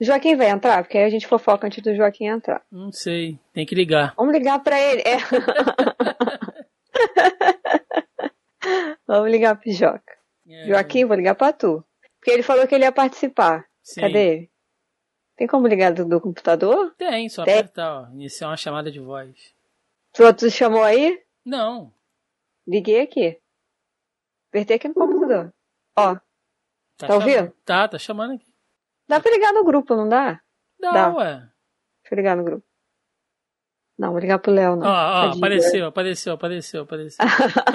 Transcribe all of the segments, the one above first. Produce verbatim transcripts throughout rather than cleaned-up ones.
Joaquim vai entrar? Porque aí a gente fofoca antes do Joaquim entrar. Não sei, tem que ligar. Vamos ligar pra ele. É. Vamos ligar pro Joca. É. Joaquim, vou ligar pra tu. Porque ele falou que ele ia participar. Sim. Cadê ele? Tem como ligar do, do computador? Tem, só Tem. apertar, ó. Iniciar uma chamada de voz. Tu, tu chamou aí? Não. Liguei aqui. Apertei aqui no computador. Ó. Tá, tá ouvindo? Tá, tá chamando aqui. Dá pra ligar no grupo, não dá? Dá, dá. Ué. Deixa eu ligar no grupo. Não, vou ligar pro Léo, não. Ó, ó, apareceu, apareceu, apareceu, apareceu.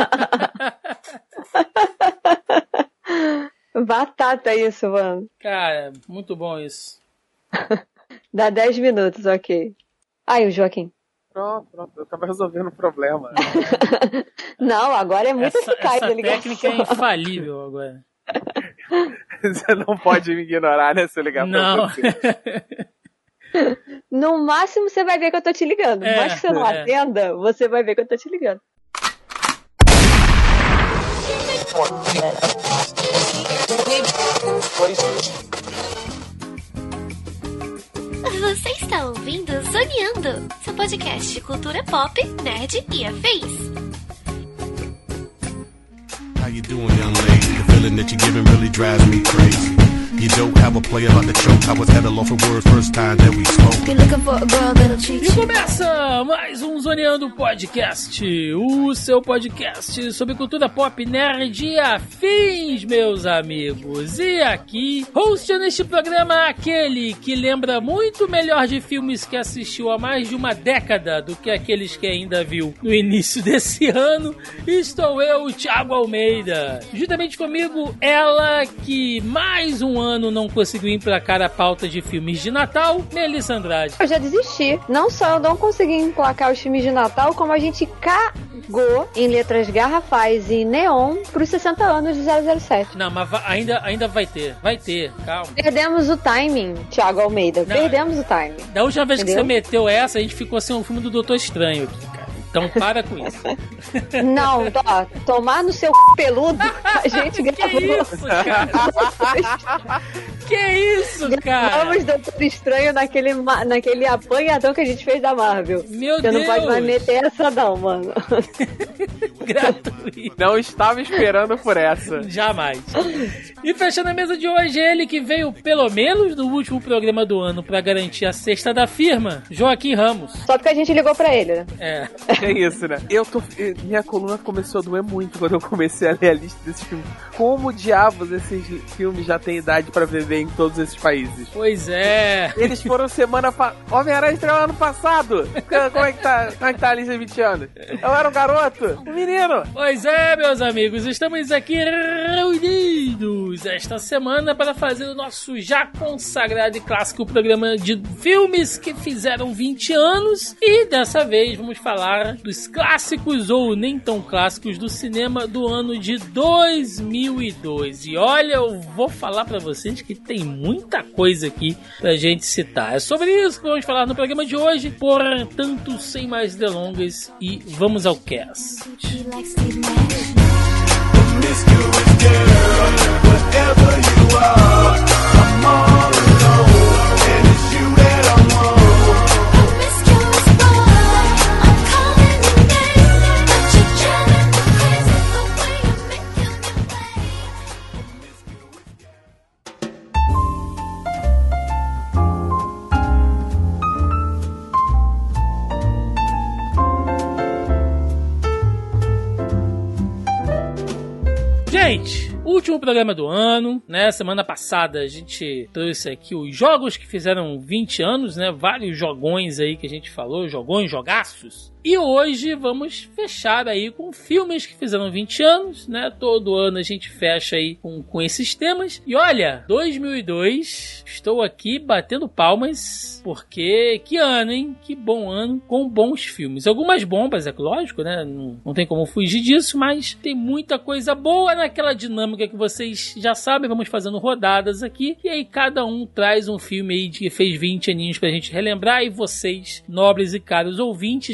Batata isso, mano. Cara, muito bom isso. Dá dez minutos, ok. Aí, o Joaquim. Pronto, pronto. Eu tava resolvendo o problema. Não, agora é muito essa, eficaz essa a ligação. técnica é infalível agora. Você não pode me ignorar, né, se eu ligar pra não. você. No máximo você vai ver que eu tô te ligando. É, Mas que você não é. atenda, você vai ver que eu tô te ligando. Você está ouvindo Zoneando, seu podcast de cultura pop, nerd e afins. How you doing, young lady? The feeling that you're giving really drives me crazy. You don't have a player like the choke. I was at a loss for words first time that we spoke. You're looking for a girl that'll treat you. E começa mais um Zoneando Podcast, o seu podcast sobre cultura pop, nerd e afins, meus amigos. E aqui, host neste programa, aquele que lembra muito melhor de filmes que assistiu há mais de uma década do que aqueles que ainda viu no início desse ano, estou eu, Thiago Almeida. Juntamente comigo, ela que mais um ano não conseguiu emplacar a pauta de filmes de Natal, Melissa Andrade. Eu já desisti. Não só eu não consegui emplacar os filmes de Natal, como a gente cagou em letras garrafais e neon pros sessenta anos de zero zero sete. Não, mas va- ainda, ainda vai ter. Vai ter, calma. Perdemos o timing, Thiago Almeida. Não, Perdemos o timing. Da última vez Entendeu? que você meteu essa, a gente ficou sem um filme do Doutor Estranho aqui, cara. Então para com isso. Não, ó, tomar no seu c... peludo, a gente gravou. Que isso, cara? Que isso, cara? Gravamos Doutor Estranho naquele, ma- naquele apanhadão que a gente fez da Marvel. Meu Você Deus. não pode mais meter essa não, mano. Gratuito. Não estava esperando por essa. Jamais. E fechando a mesa de hoje, ele que veio pelo menos no último programa do ano pra garantir a cesta da firma, Joaquim Ramos. Só porque a gente ligou pra ele, né? É. É isso, né? Eu tô. Minha coluna começou a doer muito quando eu comecei a ler a lista desses filmes. Como diabos esses filmes já têm idade pra viver em todos esses países? Pois é. Eles foram semana pa... Homem-Aranha estreou ano passado. Como é que tá? Como é que tá a lista de vinte anos? Eu era um garoto, um menino. Pois é, meus amigos, estamos aqui reunidos esta semana para fazer o nosso já consagrado e clássico programa de filmes que fizeram vinte anos. E dessa vez vamos falar dos clássicos ou nem tão clássicos do cinema do ano de dois mil e dois. E olha, eu vou falar pra vocês que tem muita coisa aqui pra gente citar. É sobre isso que vamos falar no programa de hoje. Portanto, sem mais delongas, e vamos ao cast. Promiscuous girl, whatever you are, I'm all alone, and it's you that I want. Promiscuous boy, I'm calling your name, but you're driving me crazy the way you're making me Gente, último programa do ano, né? Semana passada a gente trouxe aqui os jogos que fizeram vinte anos, né? Vários jogões aí que a gente falou, jogões, jogaços. E hoje vamos fechar aí com filmes que fizeram vinte anos, né? Todo ano a gente fecha aí com, com esses temas. E olha, dois mil e dois, estou aqui batendo palmas, porque que ano, hein? Que bom ano com bons filmes. Algumas bombas, é lógico, né? Não, não tem como fugir disso, mas tem muita coisa boa naquela dinâmica que vocês já sabem. Vamos fazendo rodadas aqui, e aí cada um traz um filme aí que fez vinte aninhos pra gente relembrar, e vocês, nobres e caros ouvintes, vão fazer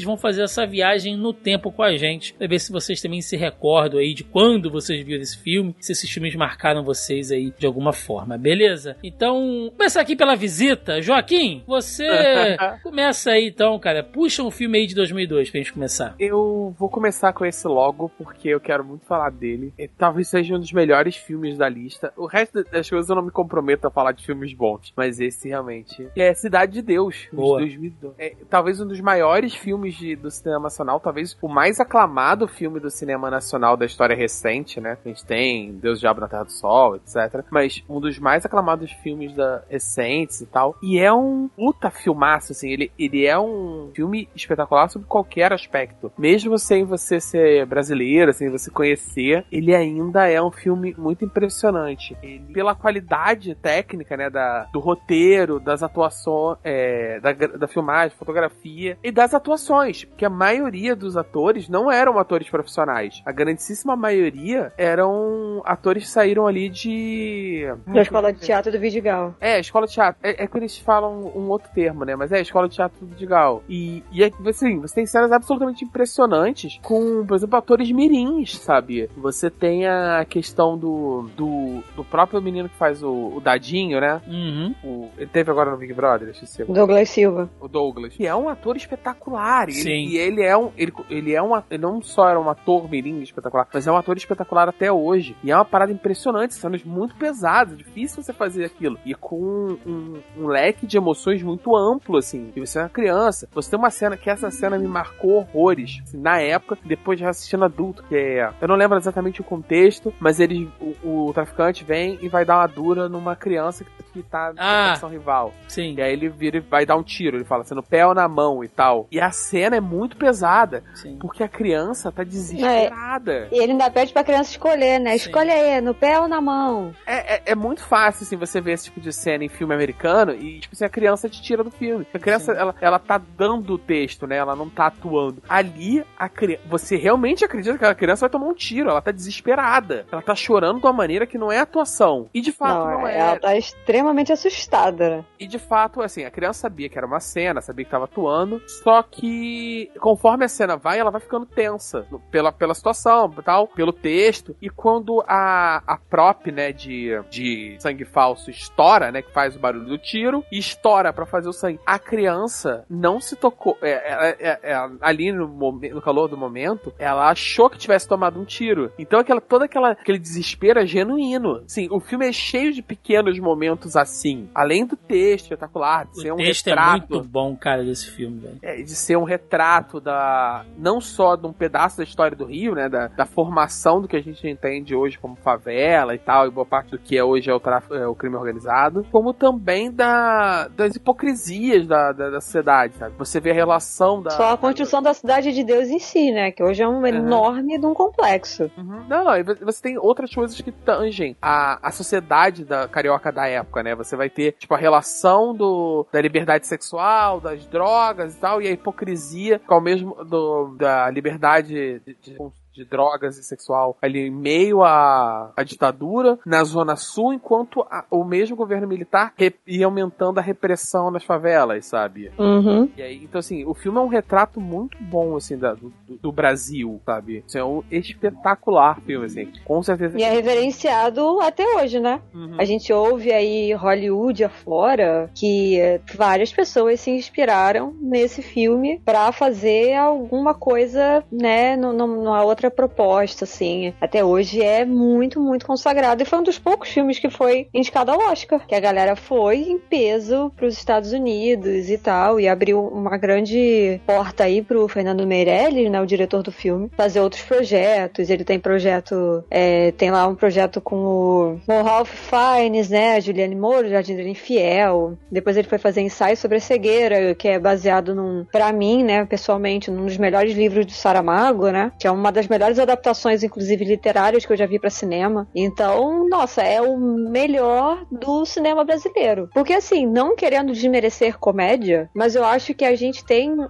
fazer essa viagem no tempo com a gente, pra ver se vocês também se recordam aí de quando vocês viram esse filme, se esses filmes marcaram vocês aí de alguma forma, beleza? Então, começar aqui pela visita. Joaquim, você começa aí então, cara, puxa um filme aí de dois mil e dois pra gente começar. Eu vou começar com esse logo, porque eu quero muito falar dele. E talvez seja um dos melhores filmes da lista. O resto das coisas eu não me comprometo a falar de filmes bons, mas esse realmente é Cidade de Deus, Boa. de dois mil e dois. É talvez um dos maiores filmes de, do cinema nacional, talvez o mais aclamado filme do cinema nacional da história recente, né? A gente tem Deus, Diabo na Terra do Sol, etcétera. Mas um dos mais aclamados filmes da recentes e tal. E é um puta filmaço, assim. Ele, ele é um filme espetacular sobre qualquer aspecto. Mesmo sem você ser brasileiro, sem você conhecer, ele ainda é um filme muito impressionante. Ele, pela qualidade técnica, né, da, do roteiro, das atuações, é, da, da filmagem, fotografia e das atuações, porque a maioria dos atores não eram atores profissionais. A grandíssima maioria eram atores que saíram ali de... Da escola de teatro do Vidigal. É, escola de teatro. É, é que eles falam um outro termo, né? Mas é escola de teatro do Vidigal. E, e é, assim, você tem cenas absolutamente impressionantes com, por exemplo, atores mirins, sabe? Você tem a questão do, do, do próprio menino que faz o, o Dadinho, né? Uhum. O, ele teve agora no Big Brother, deixa eu ser. Douglas Silva. O Douglas. Que é um ator espetacular. E Sim. Ele, e ele é um. Ele, ele é um. Ele não só era um ator mirim espetacular, mas é um ator espetacular até hoje. E é uma parada impressionante, cenas muito pesadas, difícil você fazer aquilo. E com um, um leque de emoções muito amplo, assim. E você é uma criança. Você tem uma cena que essa cena me marcou horrores. Assim, na época, depois de assistindo adulto, que é. Eu não lembro exatamente o contexto, mas ele. O, o traficante vem e vai dar uma dura numa criança que, que tá na Ah. facção rival. Sim. E aí ele vira e vai dar um tiro. Ele fala assim, no pé ou na mão e tal. E a cena é muito pesada. Sim. Porque a criança tá desesperada. E ele ainda pede pra criança escolher, né? Sim. Escolhe aí, no pé ou na mão. É, é, é muito fácil, assim, você ver esse tipo de cena em filme americano e, tipo assim, a criança te tira do filme. A criança, ela, ela tá dando o texto, né? Ela não tá atuando. Ali, a cri... você realmente acredita que aquela criança vai tomar um tiro. Ela tá desesperada. Ela tá chorando de uma maneira que não é atuação. E de fato não, Não, é. ela tá extremamente assustada, né? E de fato, assim, a criança sabia que era uma cena, sabia que tava atuando, só que conforme a cena vai, ela vai ficando tensa no- pela, pela situação, tal, pelo texto, e quando a, a prop, né, de, de sangue falso estoura, né, que faz o barulho do tiro, e estoura pra fazer o sangue, a criança não se tocou, é, é, é, é, ali no, momen- no calor do momento, ela achou que tivesse tomado um tiro, então aquela, todo aquela, aquele desespero é genuíno. Sim, o filme é cheio de pequenos momentos assim, além do texto espetacular, de ser O um texto retrato, é muito bom, cara, desse filme, velho. é, de ser um retrato da, não só de um pedaço da história do Rio, né, da, da formação do que a gente entende hoje como favela e tal, e boa parte do que é hoje é o, tráfico, é o crime organizado, como também da, das hipocrisias da, da, da sociedade, sabe? Você vê a relação da... Só a construção da cidade de Deus em si, né? Que hoje é um enorme de um complexo. Uhum. Não, e você tem outras coisas que tangem a, a sociedade da carioca da época, né? Você vai ter, tipo, a relação do, da liberdade sexual, das drogas e tal, e a hipocrisia com o mesmo do, da liberdade de, de, de drogas e sexual ali em meio à, à ditadura na Zona Sul, enquanto a, o mesmo governo militar re, ia aumentando a repressão nas favelas, sabe? Uhum. E aí, então, assim, o filme é um retrato muito bom, assim, da, do, do Brasil, sabe? Assim, é um espetacular filme, assim. Com certeza. E é reverenciado até hoje, né? Uhum. A gente ouve aí Hollywood afora que eh, várias pessoas se inspiraram nesse filme pra fazer alguma coisa, né, nu- nu- numa outra proposta, assim. Até hoje é muito, muito consagrado. E foi um dos poucos filmes que foi indicado ao Oscar. Que a galera foi em peso pros Estados Unidos e tal. E abriu uma grande porta aí pro Fernando Meirelles, né, o diretor do filme, fazer outros projetos. Ele tem projeto, é, tem lá um projeto com o, com o Ralph Fiennes, né, a Juliane Moore, Jardineiro Infiel. Depois ele foi fazer Ensaio sobre a Cegueira, que é baseado num, pra mim, né, pessoalmente, num dos melhores livros do Saramago, né, que é uma das melhores adaptações, inclusive literárias, que eu já vi pra cinema. Então, nossa, é o melhor do cinema brasileiro. Porque, assim, não querendo desmerecer comédia, mas eu acho que a gente tem um,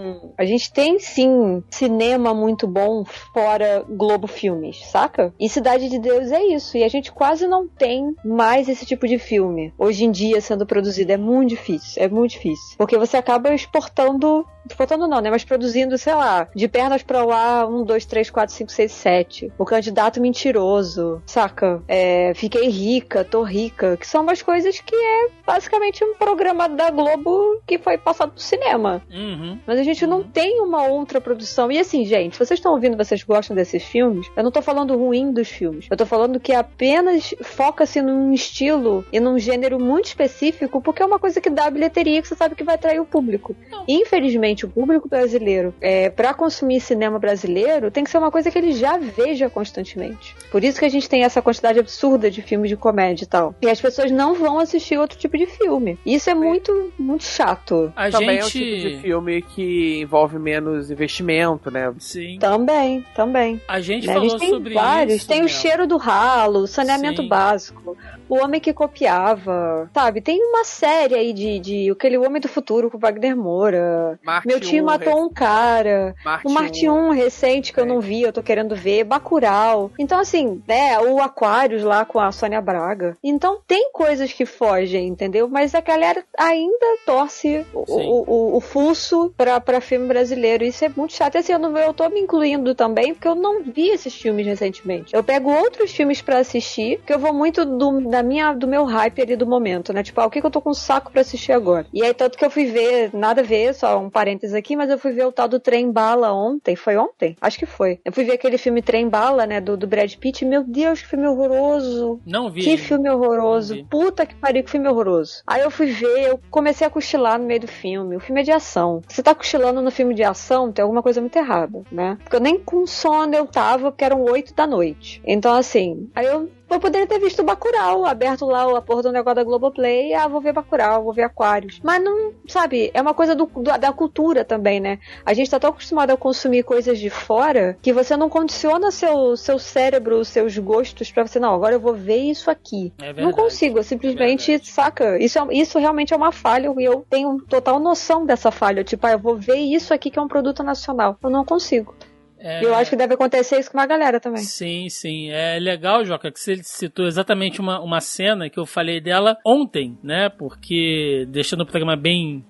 um... A gente tem, sim, cinema muito bom fora Globo Filmes, saca? E Cidade de Deus é isso. E a gente quase não tem mais esse tipo de filme hoje em dia sendo produzido. É muito difícil. É muito difícil. Porque você acaba exportando... Exportando não, né? Mas produzindo, sei lá, de pernas pra lá, um, dois, três, quatro, cinco, seis, sete. O Candidato Mentiroso, saca? É, Fiquei Rica, Tô Rica. Que são umas coisas que é basicamente um programa da Globo que foi passado pro cinema. Uhum. Mas a gente não tem uma outra produção. E assim, gente, se vocês estão ouvindo, vocês gostam desses filmes, eu não tô falando ruim dos filmes. Eu tô falando que apenas foca-se num estilo e num gênero muito específico, porque é uma coisa que dá bilheteria, que você sabe que vai atrair o público. Infelizmente, o público brasileiro, é, pra consumir cinema brasileiro, tem que ser uma coisa que ele já veja constantemente. Por isso que a gente tem essa quantidade absurda de filmes de comédia e tal. E as pessoas não vão assistir outro tipo de filme. Isso é muito, muito chato. A Também gente... é um tipo de filme que envolve menos investimento, né? Sim. Também, também. A gente Né? falou A gente tem sobre vários. isso. Tem o Mel. Cheiro do Ralo, Saneamento Sim. Básico, O Homem que Copiava, sabe? Tem uma série aí de, de Aquele Homem do Futuro com Wagner Moura. Marte Meu Tio um, Matou rec- um Cara. Marte O Marte um. um recente que eu É. não vi, eu tô querendo ver. Bacurau. Então, assim, né? O Aquários lá com a Sônia Braga. Então, tem coisas que fogem, entendeu? Mas a galera ainda torce o, Sim. o, o, o fuço pra, pra filme brasileiro. Isso é muito chato. E, assim, eu, não, eu tô me incluindo também, porque eu não vi esses filmes recentemente. Eu pego outros filmes pra assistir, que eu vou muito do, da minha, do meu hype ali do momento, né? Tipo, ah, o que, que eu tô com saco pra assistir agora? E aí, tanto que eu fui ver, nada a ver, só um parênteses aqui, mas eu fui ver o tal do Trem Bala ontem. Foi ontem? Acho que foi. Eu fui ver aquele filme Trem Bala, né? Do, do Brad Pitt. Meu Deus, que filme horroroso. Não vi. Que ainda. filme horroroso. Não vi. Puta que pariu, que filme horroroso. Aí eu fui ver, eu comecei a cochilar no meio do filme. O filme é de ação. Você tá cochilando no filme de ação, tem alguma coisa muito errada, né? Porque eu nem com sono eu tava, porque eram oito da noite. Então, assim, aí eu Eu poderia ter visto Bacurau, aberto lá a porra do negócio da Globoplay, ah, vou ver Bacurau, vou ver Aquários. Mas não, sabe, é uma coisa do, do- da cultura também, né? A gente tá tão acostumado a consumir coisas de fora que você não condiciona seu, seu cérebro, seus gostos pra você, não, agora eu vou ver isso aqui. É Não verdade. consigo, eu simplesmente, É verdade. saca? Isso, é- isso realmente é uma falha e eu tenho total noção dessa falha. Tipo, ah, eu vou ver isso aqui que é um produto nacional. Eu não consigo. É... E eu acho que deve acontecer isso com uma galera também. Sim, sim. É legal, Joca, que você citou exatamente uma, uma cena que eu falei dela ontem, né? Porque, deixando o programa bem,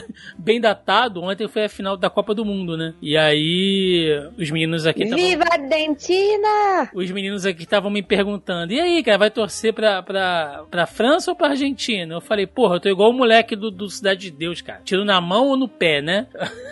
bem datado, ontem foi a final da Copa do Mundo, né? E aí, os meninos aqui estavam... Viva a Argentina! Os meninos aqui estavam me perguntando, e aí, cara, vai torcer pra, pra, pra França ou pra Argentina? Eu falei, porra, eu tô igual o moleque do, do Cidade de Deus, cara. Tiro na mão ou no pé, né?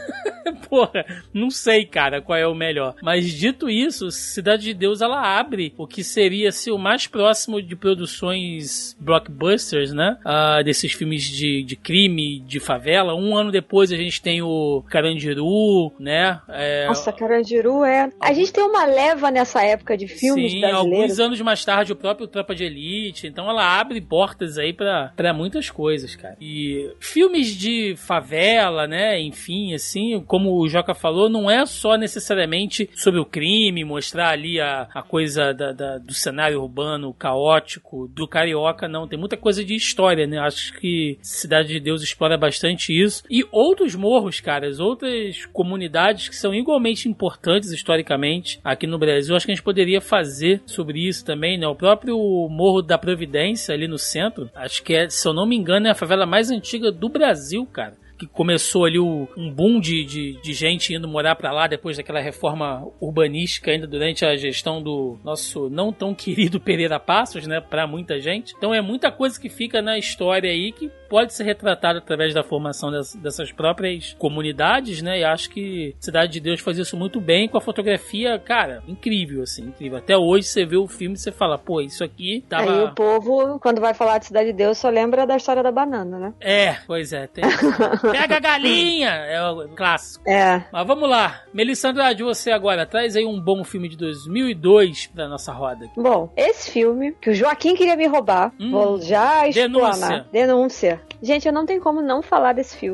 Porra, não sei, cara, qual é o melhor. Mas dito isso, Cidade de Deus, ela abre o que seria assim, o mais próximo de produções blockbusters, né? Ah, desses filmes de, de crime, de favela. Um ano depois a gente tem o Carandiru, né? É, Nossa, Carandiru é... A gente tem uma leva nessa época de filmes sim, brasileiros. alguns anos mais tarde o próprio Tropa de Elite. Então ela abre portas aí pra, pra muitas coisas, cara. E filmes de favela, né? Enfim, assim, como o Joca falou, não é só necessariamente sobre o crime, mostrar ali a, a coisa da, da- do cenário urbano caótico, do carioca, não. Tem muita coisa de história, né? Acho que Cidade de Deus explora bastante isso. E outros morros, caras, outras comunidades que são igualmente importantes historicamente aqui no Brasil. Acho que a gente poderia fazer sobre isso também, né? O próprio Morro da Providência, ali no centro, acho que é, se eu não me engano, é a favela mais antiga do Brasil, cara. Que começou ali o, um boom de, de, de gente indo morar pra lá depois daquela reforma urbanística ainda durante a gestão do nosso não tão querido Pereira Passos, né, pra muita gente. Então é muita coisa que fica na história aí que pode ser retratada através da formação das, dessas próprias comunidades, né, e acho que Cidade de Deus faz isso muito bem com a fotografia, cara, incrível, assim, incrível. Até hoje você vê o filme e você fala, pô, isso aqui tava... Aí o povo, quando vai falar de Cidade de Deus, só lembra da história da banana, né? É, pois é, tem... Pega a galinha! É o clássico. É. Mas vamos lá. Melissa Andrade, você agora traz aí um bom filme de dois mil e dois pra nossa roda. Bom, esse filme, que o Joaquim queria me roubar, Hum, vou já explanar. denúncia. Denúncia. Gente, eu não tenho como não falar desse filme, que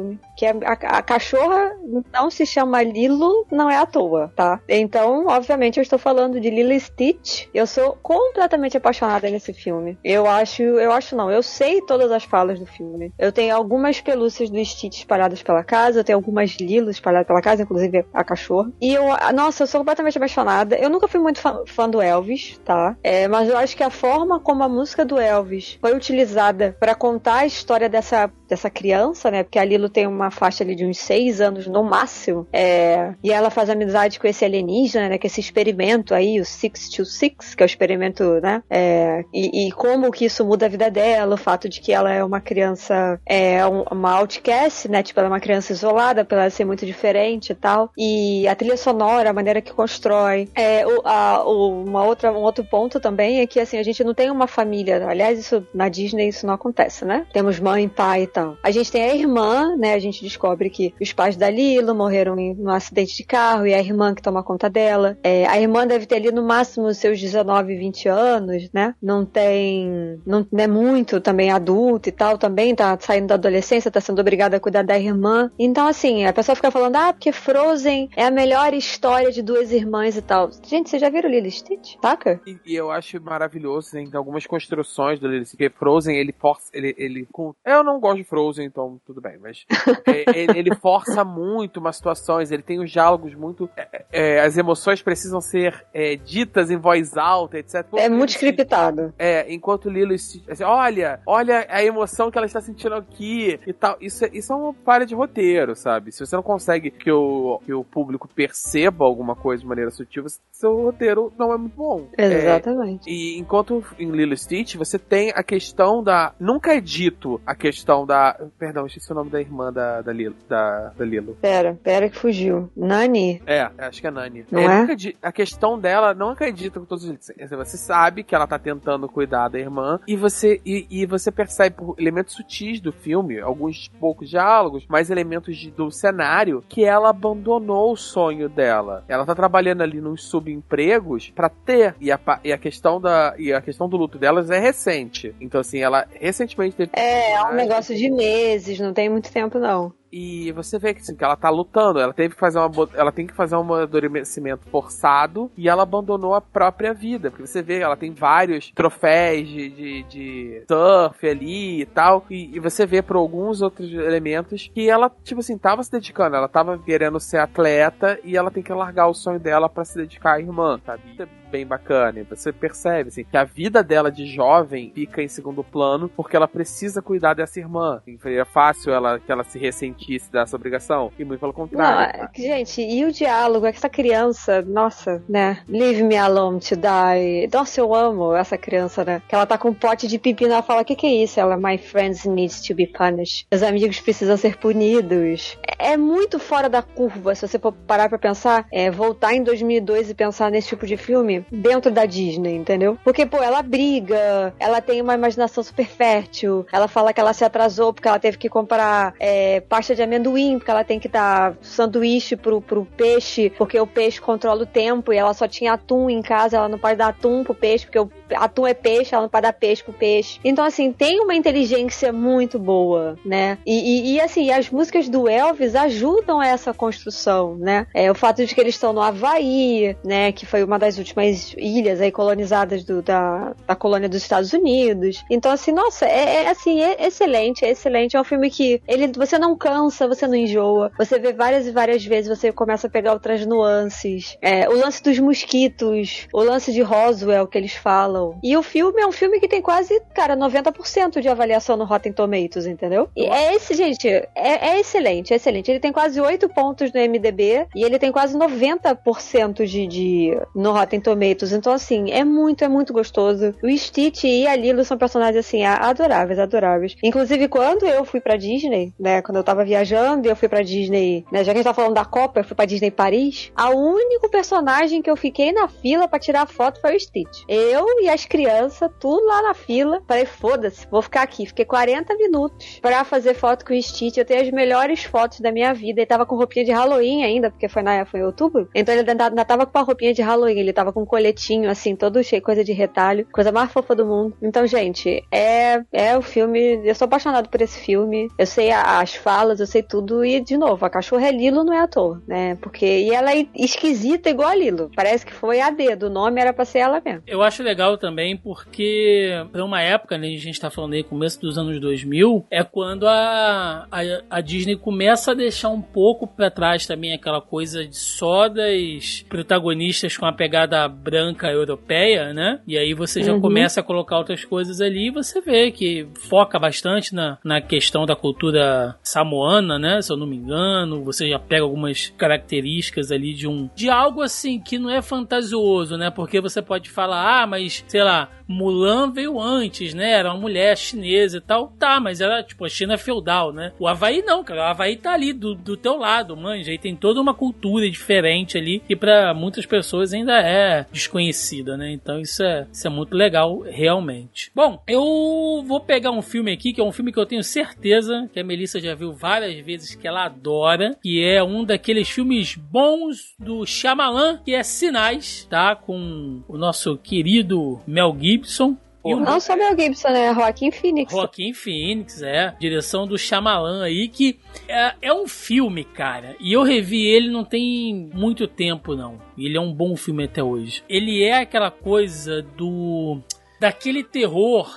que a, a, a cachorra não se chama Lilo, não é à toa, tá? Então, obviamente, eu estou falando de Lilo e Stitch. Eu sou completamente apaixonada nesse filme. Eu acho, eu acho não, eu sei todas as falas do filme. Eu tenho algumas pelúcias do Stitch espalhadas pela casa, eu tenho algumas Lilos espalhadas pela casa, inclusive a cachorra. E eu, nossa, eu sou completamente apaixonada. Eu nunca fui muito fã, fã do Elvis, tá? É, mas eu acho que a forma como a música do Elvis foi utilizada pra contar a história dessa, dessa criança, né? Porque a Lilo tem uma faixa ali de uns seis anos no máximo. É, e ela faz amizade com esse alienígena, né? Que esse experimento aí, o seis dois seis, que é o experimento, né? É, e, e como que isso muda a vida dela, o fato de que ela é uma criança, é um, uma outcast, né? Tipo, ela é uma criança isolada, pela ela ser muito diferente e tal. E a trilha sonora, a maneira que constrói. É, o, a, o, uma outra, um outro ponto também é que, assim, a gente não tem uma família. Aliás, isso na Disney isso não acontece, né? Temos mãe, pai e tal. A gente tem a irmã, né? A gente descobre que os pais da Lilo morreram em um acidente de carro e é a irmã que toma conta dela. É, a irmã deve ter ali no máximo os seus dezenove, vinte anos, né? Não tem... Não é muito também adulta e tal. Também tá saindo da adolescência, tá sendo obrigada a cuidar da irmã. Então, assim, a pessoa fica falando, ah, porque Frozen é a melhor história de duas irmãs e tal. Gente, vocês já viram Lilo e Stitch? Saca? E, e eu acho maravilhoso, né, tem algumas construções do Lilo e Stitch, porque Frozen, ele força, ele, ele com... eu não gosto de Frozen, então tudo bem, mas é, ele, ele força muito umas situações, ele tem os diálogos muito, é, é, as emoções precisam ser é, ditas em voz alta, etcétera. Pô, é Lilo muito e Stitch- scriptado. É, enquanto Lilo e Stitch, assim, olha, olha a emoção que ela está sentindo aqui e tal, isso, é- isso é uma falha de roteiro, sabe? Se você não consegue que o, que o público perceba alguma coisa de maneira sutil, seu roteiro não é muito bom. Exatamente. É, e enquanto em Lilo e Stitch, você tem a questão da... Nunca é dito a questão da... Perdão, esqueci o nome da irmã da, da, Lilo, da, da Lilo. Pera, pera que fugiu. Nani? É, acho que é Nani. Não é? nunca di- A questão dela não acredita com todos os jeitos. Você sabe que ela tá tentando cuidar da irmã e você, e, e você percebe por elementos sutis do filme, alguns poucos diálogos, mais elementos de- do cenário, que ela abandonou o sonho dela. Ela tá trabalhando ali nos subempregos pra ter, e a, pa- e a questão da e a questão do luto delas é recente. Então assim, ela recentemente teve É, é um negócio de meses, não tem muito tempo não. e você vê que, assim, que ela tá lutando, ela teve que fazer uma, bo- ela tem que fazer um amadurecimento forçado e ela abandonou a própria vida, porque você vê, ela tem vários troféus de, de, de surf ali e tal, e, e você vê por alguns outros elementos que ela, tipo assim, tava se dedicando, ela tava querendo ser atleta e ela tem que largar o sonho dela pra se dedicar à irmã, sabe? Isso é bem bacana, e você percebe, assim, que a vida dela de jovem fica em segundo plano porque ela precisa cuidar dessa irmã. É fácil ela, que ela se ressentisse dessa obrigação, e muito pelo Não, contrário. é- gente, e o diálogo? Essa criança, nossa, né? Leave me alone to die. Nossa, eu amo essa criança, né? Que ela tá com um pote de pepino, ela fala, o que que é isso? Ela, my friends needs to be punished. Os amigos precisam ser punidos. É, é muito fora da curva, se você for parar pra pensar, é, voltar em dois mil e dois e pensar nesse tipo de filme dentro da Disney, entendeu? Porque, pô, ela briga, ela tem uma imaginação super fértil, ela fala que ela se atrasou porque ela teve que comprar é, pasta de amendoim, porque ela tem que dar sanduíche pro, pro peixe, porque o peixe controla o tempo e ela só tinha atum em casa, ela não pode dar atum pro peixe, porque o atum é peixe, ela não pode dar peixe pro peixe. Então, assim, tem uma inteligência muito boa, né? E, e, e, assim, as músicas do Elvis ajudam essa construção, né? É, o fato de que eles estão no Havaí, né? Que foi uma das últimas ilhas aí colonizadas do, da, da colônia dos Estados Unidos. Então, assim, nossa, é, é assim, é excelente, é excelente. É um filme que ele, você não cansa, você não enjoa. Você vê várias e várias vezes, você começa a pegar outras nuances. É, o lance dos mosquitos, o lance de Roswell que eles falam. E o filme é um filme que tem quase, cara, noventa por cento de avaliação no Rotten Tomatoes, entendeu? E é esse, gente, é, é excelente, é excelente. Ele tem quase oito pontos no M D B e ele tem quase noventa por cento de, de no Rotten Tomatoes. Então, assim, é muito, é muito gostoso. O Stitch e a Lilo são personagens, assim, adoráveis, adoráveis. Inclusive, quando eu fui pra Disney, né, quando eu tava viajando e eu fui pra Disney, né, já que a gente tá falando da Copa, eu fui pra Disney Paris, a único personagem que eu fiquei na fila pra tirar foto foi o Stitch. Eu e as crianças, tudo lá na fila. Falei, foda-se, vou ficar aqui. Fiquei quarenta minutos pra fazer foto com o Stitch. Eu tenho as melhores fotos da minha vida. Ele tava com roupinha de Halloween ainda, porque foi, na, foi em outubro. Então ele ainda, ainda tava com uma roupinha de Halloween. Ele tava com um coletinho, assim, todo cheio, coisa de retalho. Coisa mais fofa do mundo. Então, gente, é, é o filme... Eu sou apaixonado por esse filme. Eu sei a, as falas delas, eu sei tudo. E, de novo, a cachorra é Lilo, não é à toa, né? Porque, e ela é esquisita igual a Lilo. Parece que foi a dedo, o nome era pra ser ela mesmo. Eu acho legal também porque, pra uma época, né, a gente tá falando aí, começo dos anos dois mil, é quando a, a, a Disney começa a deixar um pouco pra trás também aquela coisa de só das protagonistas com a pegada branca europeia, né? E aí você já Uhum. começa a colocar outras coisas ali e você vê que foca bastante na, na questão da cultura samoana, né? Se eu não me engano, você já pega algumas características ali de um de algo assim que não é fantasioso, né? Porque você pode falar, ah, mas sei lá, Mulan veio antes, né? Era uma mulher chinesa e tal. Tá, mas era tipo a China feudal, né? O Havaí não, cara. O Havaí tá ali do, do teu lado, manja. E tem toda uma cultura diferente ali que pra muitas pessoas ainda é desconhecida, né? Então isso é, isso é muito legal, realmente. Bom, eu vou pegar um filme aqui, que é um filme que eu tenho certeza que a Melissa já viu várias vezes, que ela adora, que é um daqueles filmes bons do Shyamalan, que é Sinais, tá? Com o nosso querido Mel Gibson. E o Não só Mel Gibson, né? Joaquin Phoenix. Joaquin Phoenix, é. Direção do Shyamalan aí, que é, é um filme, cara. E eu revi ele não tem muito tempo, não. Ele é um bom filme até hoje. Ele é aquela coisa do... daquele terror,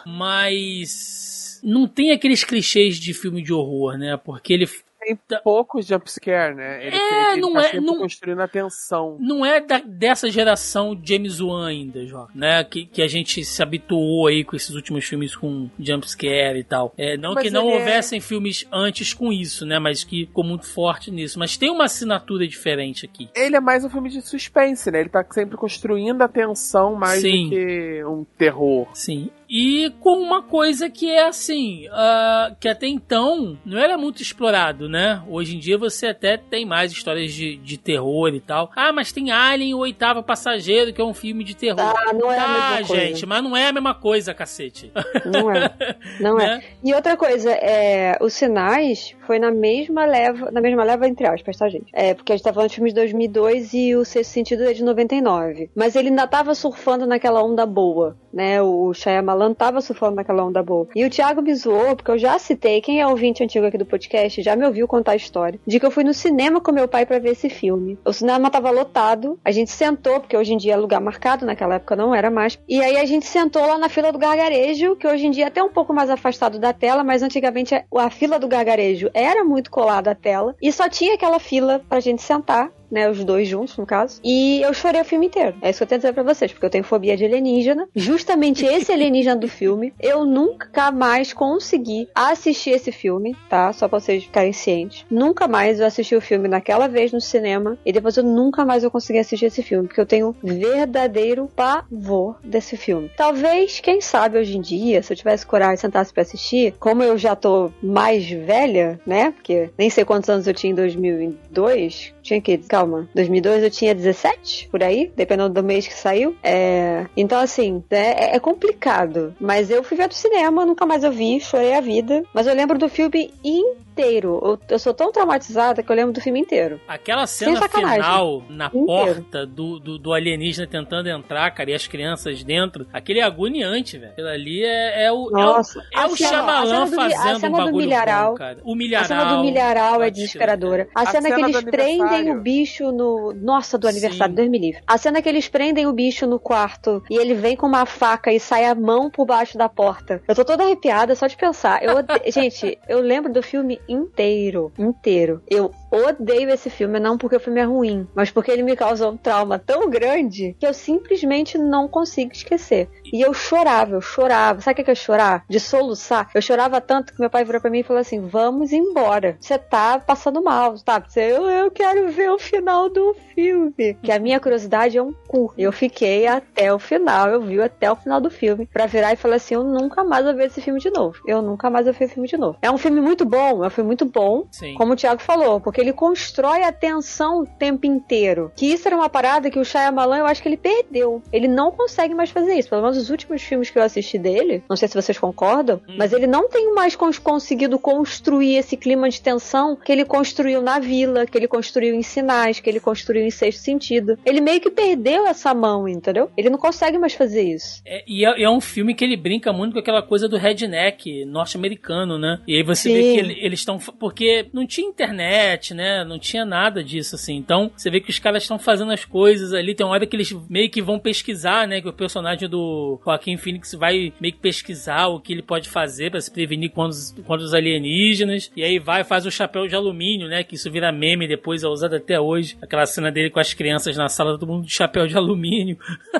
mas... não tem aqueles clichês de filme de horror, né? Porque ele... Tem poucos jumpscare, né? Ele, É, ele não tá é- sempre não- construindo a tensão. não é da- dessa geração James Wan ainda, Jó, né? Que, que a gente se habituou aí com esses últimos filmes com jumpscare e tal. É, não Mas que não ele é- houvessem filmes antes com isso, né? Mas que ficou muito forte nisso. Mas tem uma assinatura diferente aqui. Ele é mais um filme de suspense, né? Ele tá sempre construindo a tensão mais Sim. do que um terror. Sim. E com uma coisa que é assim, ah, que até então não era muito explorado, né? Hoje em dia você até tem mais histórias de, de terror e tal. Ah, mas tem Alien, o Oitavo Passageiro, que é um filme de terror. Ah, não é a Tá, mesma coisa. gente, mas não é a mesma coisa, cacete. Não é. Não é. Né? E outra coisa, é, os Sinais foi na mesma leva, na mesma leva entre aspas, tá, gente? É, porque a gente tá falando de filmes de dois mil e dois e o Sexto Sentido é de noventa e nove. Mas ele ainda tava surfando naquela onda boa, né? O Shyamalan tava surfando naquela onda boa. E o Thiago me zoou, porque eu já citei, quem é ouvinte antigo aqui do podcast, já me ouviu contar a história, de que eu fui no cinema com meu pai pra ver esse filme. O cinema tava lotado, a gente sentou, porque hoje em dia é lugar marcado, naquela época não era mais, e aí a gente sentou lá na fila do gargarejo, que hoje em dia é até um pouco mais afastado da tela, mas antigamente a fila do gargarejo era muito colada à tela, e só tinha aquela fila pra gente sentar, né, os dois juntos, no caso, e eu chorei o filme inteiro. É isso que eu tenho a dizer pra vocês, porque eu tenho fobia de alienígena. Justamente esse alienígena do filme, eu nunca mais consegui assistir esse filme, tá? Só pra vocês ficarem cientes. Nunca mais eu assisti o filme naquela vez no cinema, e depois eu nunca mais eu consegui assistir esse filme, porque eu tenho verdadeiro pavor desse filme. Talvez, quem sabe, hoje em dia, se eu tivesse coragem e sentasse pra assistir, como eu já tô mais velha, né? Porque nem sei quantos anos eu tinha em dois mil e dois, tinha que... Calma, dois mil e dois eu tinha dezessete, por aí, dependendo do mês que saiu. É... Então, assim, é, é complicado. Mas eu fui ver do cinema, nunca mais eu vi, chorei a vida. Mas eu lembro do filme inteiro. Eu, eu sou tão traumatizada que eu lembro do filme inteiro. Aquela cena sacanagem. final na Inteiro. porta do, do, do alienígena tentando entrar, cara, e as crianças dentro, aquele é agoniante, velho. Aquilo ali é, é o, Nossa. é o, é A o cena- a Shyamalan cena do mi- a fazendo cena um do bagulho milharal- bom, cara. O milharal. A cena do milharal é bate- desesperadora. A, A cena, cena que do eles prendem aniversário. o bicho no... Nossa, do aniversário, Sim. Deus me livre. A cena que eles prendem o bicho no quarto e ele vem com uma faca e sai a mão por baixo da porta. Eu tô toda arrepiada só de pensar. Eu ode... Gente, eu lembro do filme inteiro. Inteiro. Eu odeio esse filme, não porque o filme é ruim, mas porque ele me causou um trauma tão grande que eu simplesmente não consigo esquecer. E eu chorava, eu chorava. Sabe o que é chorar? De soluçar. Eu chorava tanto que meu pai virou pra mim e falou assim: vamos embora. Você tá passando mal, tá? Eu, eu quero ver o final do filme. Que a minha curiosidade é um cu. Eu fiquei até o final, eu vi até o final do filme pra virar e falar assim: eu nunca mais vou ver esse filme de novo. Eu nunca mais vou ver esse filme de novo. É um filme muito bom, é um filme muito bom, Sim. como o Thiago falou, porque ele constrói a tensão o tempo inteiro. Que isso era uma parada que o Shyamalan, eu acho que ele perdeu. Ele não consegue mais fazer isso. Pelo menos os últimos filmes que eu assisti dele, não sei se vocês concordam, hum. mas ele não tem mais cons- conseguido construir esse clima de tensão que ele construiu na Vila, que ele construiu em Sinais, que ele construiu em Sexto Sentido. Ele meio que perdeu essa mão, entendeu? Ele não consegue mais fazer isso. É, e é, é um filme que ele brinca muito com aquela coisa do redneck norte-americano, né? E aí você Sim. vê que ele, eles estão... Porque não tinha internet, né? Não tinha nada disso, assim. Então, você vê que os caras estão fazendo as coisas ali. Tem uma hora que eles meio que vão pesquisar, né? Que o personagem do Joaquin Phoenix vai meio que pesquisar o que ele pode fazer pra se prevenir contra os, contra os alienígenas. E aí vai e faz o chapéu de alumínio, né? Que isso vira meme depois, é usado até hoje. Aquela cena dele com as crianças na sala, todo mundo de chapéu de alumínio.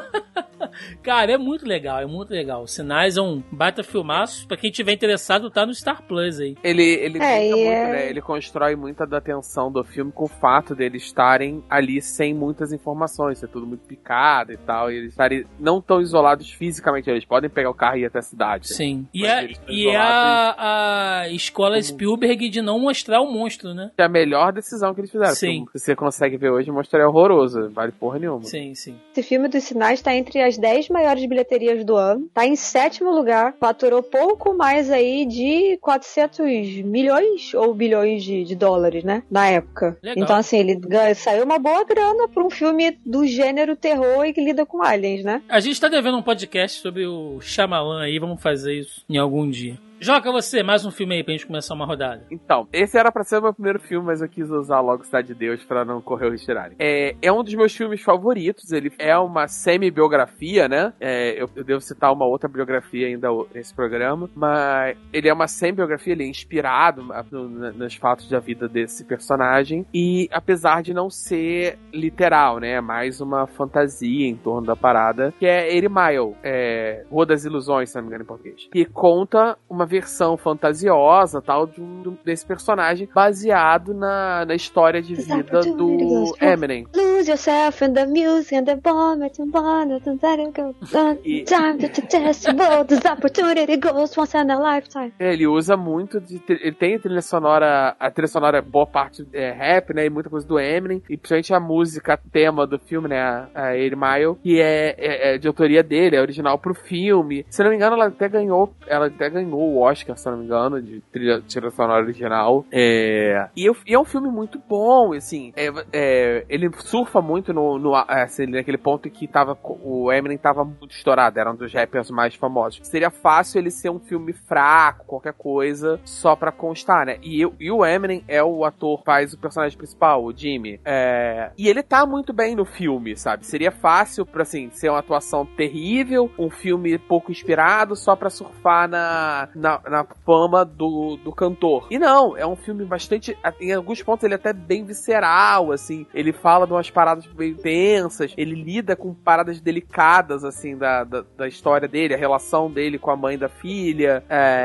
Cara, é muito legal, é muito legal. Sinais é um baita filmaço. Pra quem tiver interessado, tá no Star Plus aí. Ele, ele é, muito, é... né? Ele constrói muita da tensão do filme com o fato deles estarem ali sem muitas informações, é tudo muito picado e tal, e eles estarem não tão isolados fisicamente, eles podem pegar o carro e ir até a cidade. Sim. E é, e é a, a escola Spielberg de não mostrar o monstro, né? É a melhor decisão que eles fizeram. Sim. Se você consegue ver hoje, o monstro é horroroso, vale porra nenhuma. Sim, sim. Esse filme dos Sinais tá entre as dez maiores bilheterias do ano, tá em sétimo lugar, faturou pouco mais aí de quatrocentos milhões ou bilhões de, de dólares, né? Na época. Legal. Então, assim, ele ganha, saiu uma boa grana pra um filme do gênero terror e que lida com aliens, né? A gente tá devendo um podcast sobre o Shyamalan aí, vamos fazer isso em algum dia. Joca, você, mais um filme aí pra gente começar uma rodada. Então, esse era pra ser o meu primeiro filme, mas eu quis usar logo Cidade de Deus pra não correr o risco de tirarem. É, é um dos meus filmes favoritos, ele é uma semi-biografia, né? É, eu, eu devo citar uma outra biografia ainda nesse programa, mas ele é uma semi-biografia, ele é inspirado no, no, nos fatos da vida desse personagem, e apesar de não ser literal, né? É mais uma fantasia em torno da parada, que é Eight Mile, é, Rua das Ilusões, se não me engano em português, que conta uma versão fantasiosa, tal, de um, desse personagem baseado na, na história de vida do Eminem. Lose yourself in the music and the bomb and E- time to test this opportunity goes once in a lifetime. É, ele usa muito de, ele tem a trilha sonora, a trilha sonora boa parte é rap, né, e muita coisa do Eminem, e principalmente a música tema do filme, né, a, a Eight Mile, que é, é, é de autoria dele, é original pro filme. Se não me engano, ela até ganhou, ela até ganhou o Oscar, se não me engano, de trilha, trilha sonora original. É, e, eu, e é um filme muito bom, assim, é, é, ele surfa muito no, no assim, naquele ponto em que tava, o Eminem tava muito estourado, era um dos rappers mais famosos. Seria fácil ele ser um filme fraco, qualquer coisa, só pra constar, né? E, eu, e o Eminem é o ator que faz o personagem principal, o Jimmy. É, e ele tá muito bem no filme, sabe? Seria fácil pra, assim, ser uma atuação terrível, um filme pouco inspirado, só pra surfar na, na, na fama do, do cantor. E não, é um filme bastante, em alguns pontos ele é até bem visceral, assim, ele fala de umas paradas bem tensas, ele lida com paradas delicadas, assim, da, da, da história dele, a relação dele com a mãe da filha,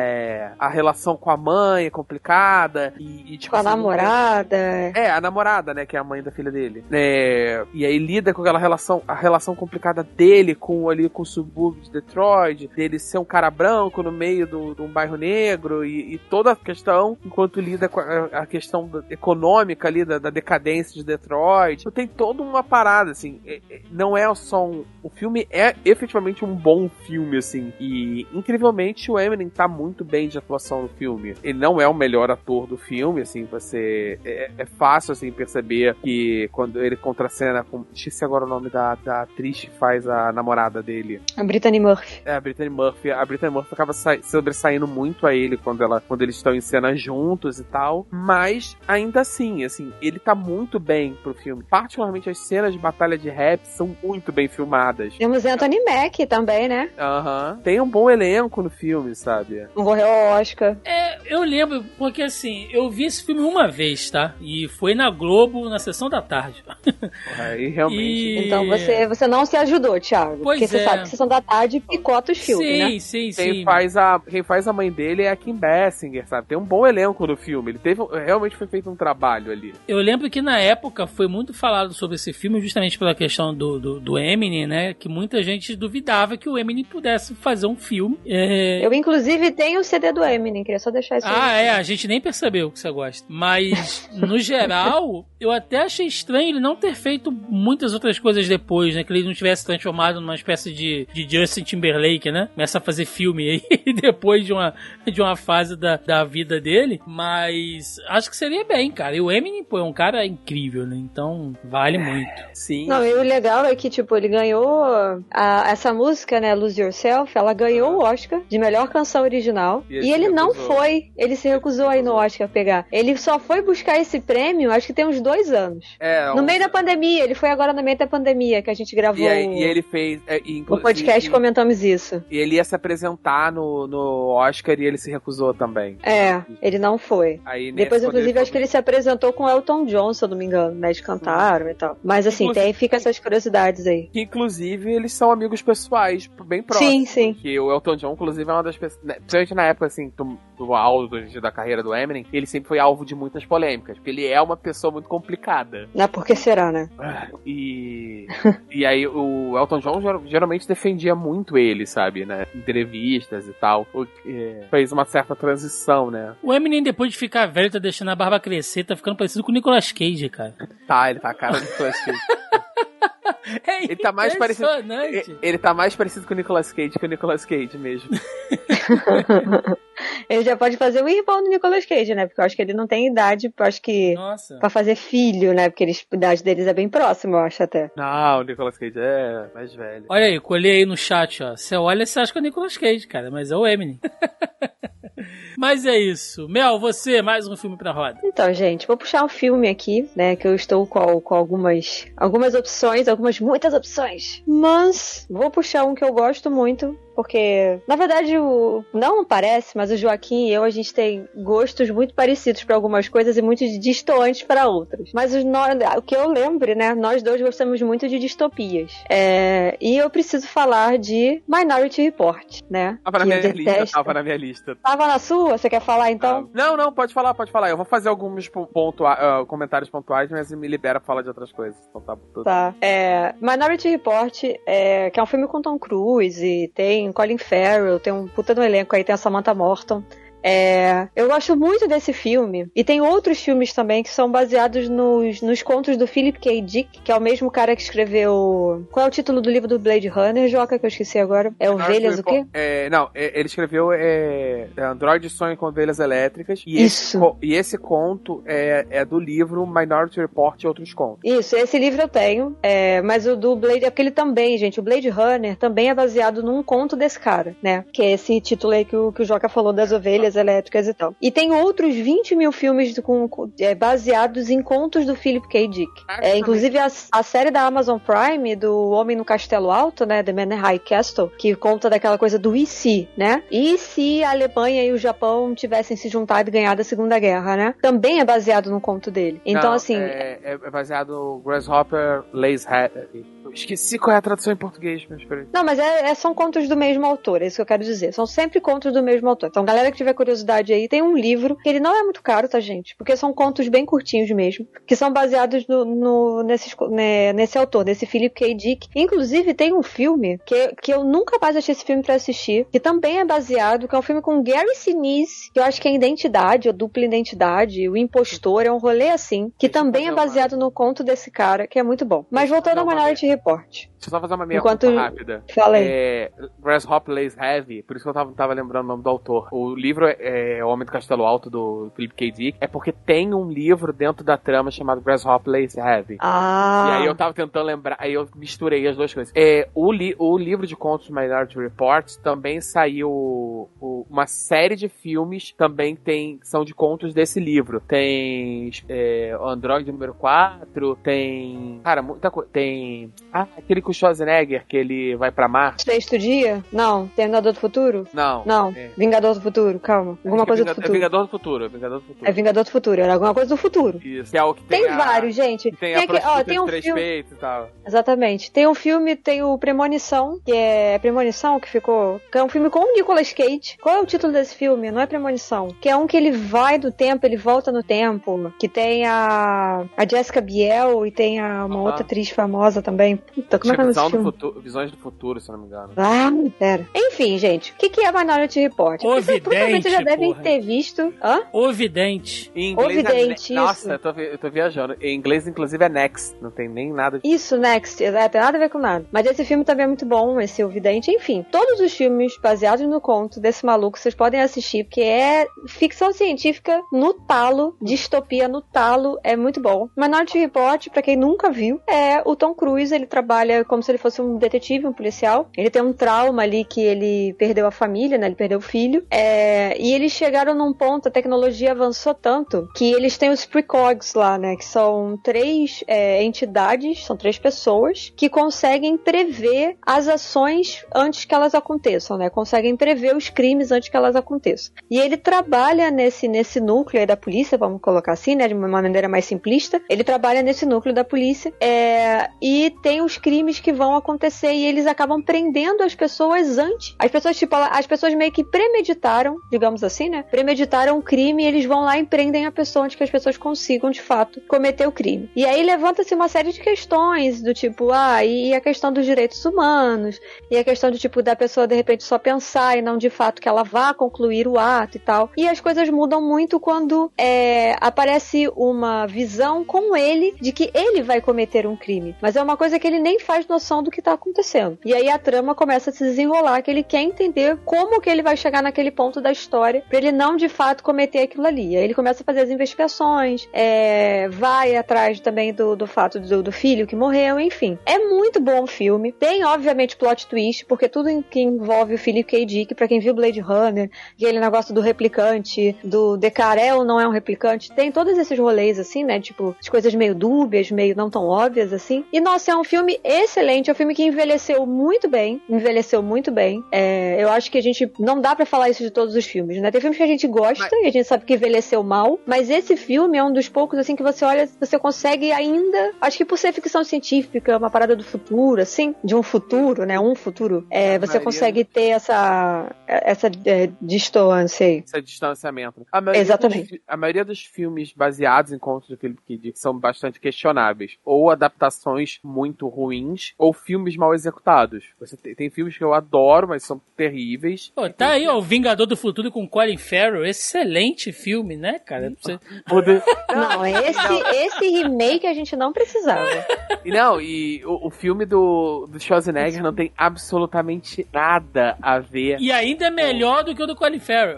é, a relação com a mãe é complicada, e, e tipo, Com a assim, namorada. é, a namorada, né, que é a mãe da filha dele. É, e aí lida com aquela relação, a relação complicada dele com ali com o subúrbio de Detroit, dele ser um cara branco no meio do, de um bairro negro, e, e toda a questão, enquanto lida com a, a questão da, econômica ali, da, da decadência de Detroit. Tem toda uma parada, assim, é, é, não é só um... O filme é efetivamente um bom filme, assim, e incrivelmente o Eminem tá muito bem de atuação no filme. Ele não é o melhor ator do filme, assim, você... É, é fácil, assim, perceber que quando ele contracena com... Esqueci agora o nome da, da atriz que faz a namorada dele. A Brittany Murphy. É, a Brittany Murphy. A Brittany Murphy acaba sa- sobressaindo muito a ele quando, ela, quando eles estão em cena juntos e tal, mas ainda assim, assim, ele tá muito bem pro filme. Particularmente as cenas de batalha de rap são muito bem filmadas. Temos Anthony Mack também, né? Aham. Tem um bom elenco no filme, sabe? Concorreu ao Oscar. É, eu lembro, porque assim, eu vi esse filme uma vez, tá? E foi na Globo, na sessão da tarde. Aí realmente... E- Então você, você não se ajudou, Thiago. Pois porque é. você sabe que Sessão da Tarde picota os filmes, sim, né? sim, Quem sim. faz, a, quem faz a mãe dele é a Kim Basinger, sabe? Tem um bom elenco no filme. Ele teve, realmente foi feito um trabalho ali. Eu lembro que na época foi muito falado sobre esse filme justamente pela questão do, do, do Eminem, né? Que muita gente duvidava que o Eminem pudesse fazer um filme. É... Eu, inclusive, tenho o C D do Eminem, queria só deixar isso Ah, aí. é, a gente nem percebeu que você gosta. Mas, no geral, eu até achei estranho ele não ter feito muitas outras coisas depois, né? Que ele não tivesse transformado numa espécie de, de Justin Timberlake, né? Começa a fazer filme aí depois de uma, de uma fase da, da vida dele. Mas acho que seria bem, cara. E o Eminem, pô, é um cara incrível, né? Então, vale muito. Sim. Não, e o legal é que, tipo, ele ganhou a- essa música, né, Lose Yourself, ela ganhou o Oscar de melhor canção original. E E, ele se ele não recusou. foi, ele se recusou aí no Oscar a pegar. Ele só foi buscar esse prêmio, acho que tem uns dois anos. É, No um- meio da pandemia, ele foi agora no meio da pandemia que a gente gravou E, aí, e ele fez. É, e, inclu- o podcast, e- comentamos isso. E ele ia se apresentar no, no Oscar e ele se recusou também. É, ele não foi. Aí, nesse, Depois, quando inclusive, foi- acho que ele se apresentou com o Elton John, se eu não me engano, né? Eles cantaram e tal. Mas assim, Inclusive- tem, fica essas curiosidades aí. Que, inclusive, eles são amigos pessoais, bem próximos. Sim, sim. Que o Elton John, inclusive, é uma das pessoas. Né, principalmente na época, assim, do, do auge da carreira do Eminem, ele sempre foi alvo de muitas polêmicas. Porque ele é uma pessoa muito complicada. Né? Por que será, né? E. e aí, o Elton John ger- geralmente defendia muito ele, sabe? Né? Entrevistas e tal. O que é, fez uma certa transição, né? O Eminem, depois de ficar velho, tá deixando a barba crescer, tá ficando parecido com o Nicolas Cage, cara. Tá, ele tá a cara do Nicolas Cage. É Ele tá mais parecido. impressionante. Ele, ele tá mais parecido com o Nicolas Cage que o Nicolas Cage mesmo. Ele já pode fazer o irmão do Nicolas Cage, né? Porque eu acho que ele não tem idade, eu acho que Nossa. pra fazer filho, né? Porque eles, a idade deles é bem próxima, eu acho até. Não, o Nicolas Cage é mais velho. Olha aí, colhei aí no chat, ó. Você olha e você acha que é o Nicolas Cage, cara, mas é o Eminem. Mas é isso. Mel, você, mais um filme pra roda. Então, gente, vou puxar um filme aqui, né? Que eu estou com, com algumas, algumas opções, algumas, muitas opções. Mas vou puxar um que eu gosto muito. Porque, na verdade, o, não parece, mas o Joaquim e eu, a gente tem gostos muito parecidos para algumas coisas e muito distantes para outras. Mas os, nós, o que eu lembre, né? Nós dois gostamos muito de distopias. É, e eu preciso falar de Minority Report, né? Tava na que eu minha lista, detesto. tava na minha lista. Tava na sua? Você quer falar, então? Ah, não, não, pode falar, pode falar. Eu vou fazer alguns po- pontua- ah, comentários pontuais, mas me libera pra falar de outras coisas. Então tá tudo. Tá. É, Minority Report, é, que é um filme com Tom Cruise, e tem Colin Farrell, tem um puta no elenco aí, tem a Samantha Morton. É, eu gosto muito desse filme. E tem outros filmes também que são baseados nos, nos contos do Philip K. Dick, que é o mesmo cara que escreveu... Qual é o título do livro do Blade Runner, Joca, que eu esqueci agora? É Ovelhas o quê? É, não, é, ele escreveu é, é Android sonha com ovelhas elétricas. E Isso. Esse, co- e esse conto é, é do livro Minority Report e outros contos. Isso, esse livro eu tenho, é, mas o do Blade, é porque ele também, gente, o Blade Runner também é baseado num conto desse cara, né? Que é esse título aí que o, que o Joca falou das ovelhas elétricas e tal. E tem outros vinte mil filmes do- com, com- é, baseados em contos do Philip K. Dick. É, inclusive a, a série da Amazon Prime do Homem no Castelo Alto, né? The Man in High Castle, que conta daquela coisa do e se, né? E se a Alemanha e o Japão tivessem se juntado e ganhado a Segunda Guerra, né? Também é baseado no conto dele. Então, Não, assim, É, é baseado no Grasshopper Lays Hat. Eu esqueci qual é a tradução em português, mas peraí. Não, mas é, é- são contos do mesmo autor, é isso que eu quero dizer. São sempre contos do mesmo autor. Então, galera que tiver curiosidade aí, tem um livro, que ele não é muito caro, tá, gente? Porque são contos bem curtinhos mesmo, que são baseados no, no- nesses, né, nesse autor, nesse Philip K. Dick. Inclusive, tem um filme, que, que eu nunca mais achei esse filme pra assistir, que também é baseado, que é um filme com Gary Sinise, que eu acho que é Identidade, ou Dupla Identidade, O Impostor, é um rolê assim, que Deixa eu também é fazer uma- baseado no conto desse cara, que é muito bom. Mas Deixa eu voltando ao fazer uma Minority Report. Deixa eu só fazer uma meia Enquanto- conta rápida. Fala aí. É, Grasshopper Lays Heavy, por isso que eu tava, tava lembrando o nome do autor. O livro é, é O Homem do Castelo Alto, do Philip K. Dick. É porque tem um livro dentro da trama chamado Grasshopper Lays Heavy. Ah. E aí eu tava tentando lembrar, aí eu misturei as duas coisas. É, o, li, o livro de contos Minority Report também saiu o- uma série de filmes, também tem, são de contos desse livro. Tem é, o Android número quatro, tem... Cara, muita coisa. Tem... Ah, aquele com o Schwarzenegger, que ele vai pra Marte. Sexto dia? Não. Terminador do Futuro? Não. Não. É. Vingador do Futuro, calma. Alguma Acho que coisa é do Vingador, futuro. É Vingador do Futuro, é Vingador do Futuro. É Vingador do Futuro, era alguma coisa do futuro. Isso. Que é o que tem, Tem a- vários, gente. que Tem, Tem a aqui- ó, prostituta tem um de três filme- peitos e tal. Exatamente. Tem um filme, tem o Premonição, que é Premonição, que ficou... Que é um filme com o Nicolas Cage. Qual é o título desse filme, não é Premonição. Que é um que ele vai do tempo, ele volta no tempo. Que tem a, a Jessica Biel e tem a, uma Aham. outra atriz famosa também. Puta, como é que é o nome Visão desse do filme? futuro, Visões do Futuro, se eu não me engano. Ah, pera. Enfim, gente, o que, que é Minority Report? O Vocês vidente, provavelmente já devem porra. ter visto. Hã? O vidente. Em inglês Ovidente, é ne- Nossa, isso. eu tô, vi- eu tô viajando. Em inglês, inclusive, é Next. Não tem nem nada de... Isso, Next. É, tem nada a ver com nada. Mas esse filme também é muito bom, esse O Vidente. Enfim, todos os filmes baseados no conto desse maluco, vocês podem assistir, porque é ficção científica no talo, distopia no talo, é muito bom. Minority Report, pra quem nunca viu, é o Tom Cruise, ele trabalha como se ele fosse um detetive, um policial. Ele tem um trauma ali que ele perdeu a família, né? Ele perdeu o filho. É, e eles chegaram num ponto, a tecnologia avançou tanto, que eles têm os precogs lá, né? Que são três é, entidades, são três pessoas, que conseguem prever as ações antes que elas aconteçam, né? Conseguem prever os crimes antes que elas aconteçam. E ele trabalha nesse, nesse núcleo aí da polícia, vamos colocar assim, né? De uma maneira mais simplista. Ele trabalha nesse núcleo da polícia é, e tem os crimes que vão acontecer e eles acabam prendendo as pessoas antes. As pessoas, tipo, as pessoas meio que premeditaram, digamos assim, né? Premeditaram o crime e eles vão lá e prendem a pessoa antes que as pessoas consigam, de fato, cometer o crime. E aí levanta-se uma série de questões do tipo, ah, e a questão dos direitos humanos, e a questão do tipo da pessoa de repente só pensar e não de fato que ela vá concluir o ato e tal. E as coisas mudam muito quando é, aparece uma visão com ele de que ele vai cometer um crime. Mas é uma coisa que ele nem faz noção do que tá acontecendo. E aí a trama começa a se desenrolar, que ele quer entender como que ele vai chegar naquele ponto da história pra ele não de fato cometer aquilo ali. Aí ele começa a fazer as investigações, é, vai atrás também do, do fato do, do filho que morreu, enfim. É muito bom o filme. Tem, obviamente, plot twist, porque tudo em que envolve o Philip K. Dick, pra quem viu Blade Runner, aquele negócio do replicante, do Decarel não é um replicante, tem todos esses rolês, assim, né? Tipo, as coisas meio dúbias, meio não tão óbvias, assim. E, nossa, é um filme excelente, é um filme que envelheceu muito bem, envelheceu muito bem. É, eu acho que a gente não dá pra falar isso de todos os filmes, né? Tem filmes que a gente gosta Mas... e a gente sabe que envelheceu mal, mas esse filme é um dos poucos, assim, que você olha, você consegue ainda, acho que por ser ficção científica, uma parada do futuro, assim, de um futuro, né? Um futuro, é, você maioria... consegue ter essa, essa é, distância aí. Esse distanciamento. A maioria Exatamente. Dos, a maioria dos filmes baseados em contos do Philip K. Dick são bastante questionáveis. Ou adaptações muito ruins, ou filmes mal executados. Você tem, tem filmes que eu adoro, mas são terríveis. Pô, tá aí, ó, O Vingador do Futuro com Colin Farrell. Excelente filme, né, cara? Você... Não, esse, esse remake a gente não precisava. E não, e o, o filme do, do Schwarzenegger não tem absolutamente nada a ver. E ainda é melhor do que o do Colin Farrell.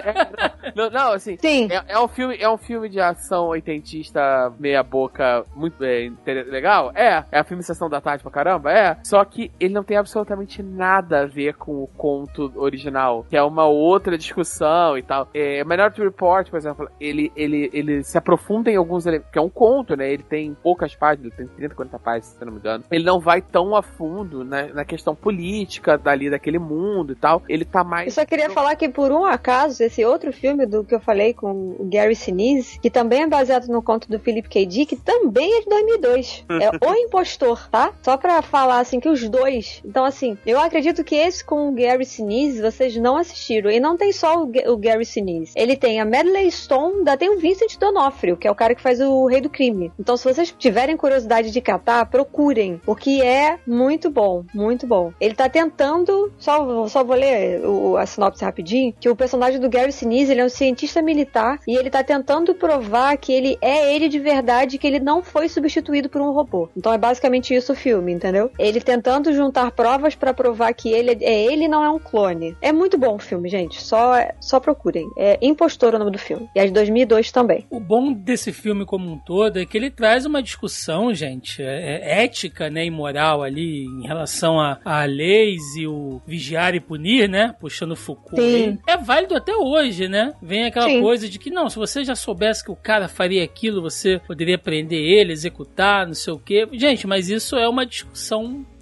É, não, não, assim, Sim. é, é um filme, é um filme de ação oitentista, meia boca, muito é, legal. É, é um filme de sessão da tarde pra caramba, é. Só que ele não tem absolutamente nada a ver com o conto original, que é uma outra discussão e tal. É, Minority Report, por exemplo, ele, ele, ele se aprofunda em alguns elementos, que é um conto, né? Ele tem poucas páginas, ele tem trinta, quarenta páginas, se eu não me engano. Ele não vai tão a fundo na, na questão política dali daquele mundo e tal. Ele tá mais... Eu só queria falar que, por um acaso, esse outro filme do que eu falei com o Gary Sinise, que também é baseado no conto do Philip K. Dick, também é de dois mil e dois. É O Impostor, tá? Só pra falar, assim, que os dois... Então, assim, eu acredito que esse com o Gary Sinise vocês não assistiram. E não tem só o, G- o Gary Sinise. Ele tem a Madeleine Stone, ainda tem o Vincent D'Onofrio, que é o cara que faz o Rei do Crime. Então, se vocês tiverem curiosidade de catar, procurem, porque é muito bom, muito bom. Ele tá tentando, só, só vou ler o, a sinopse rapidinho, que o personagem do Gary Sinise, ele é um cientista militar e ele tá tentando provar que ele é ele de verdade, que ele não foi substituído por um robô. Então é basicamente isso o filme, entendeu? Ele tentando juntar provas pra provar que ele é ele e não é um clone. É muito bom o filme, gente. Só, só procurem. É Impostor o nome do filme. E é de dois mil e dois também. O bom desse filme como um todo é que ele traz uma discussão, gente, é, é ética, né, e moral ali em relação a, a leis e o vigiar e punir, né, puxando Foucault. Sim. É válido até hoje, né? Vem aquela Sim. coisa de que, não, se você já soubesse que o cara faria aquilo, você poderia prender ele, executar, não sei o quê. Gente, mas isso é uma discussão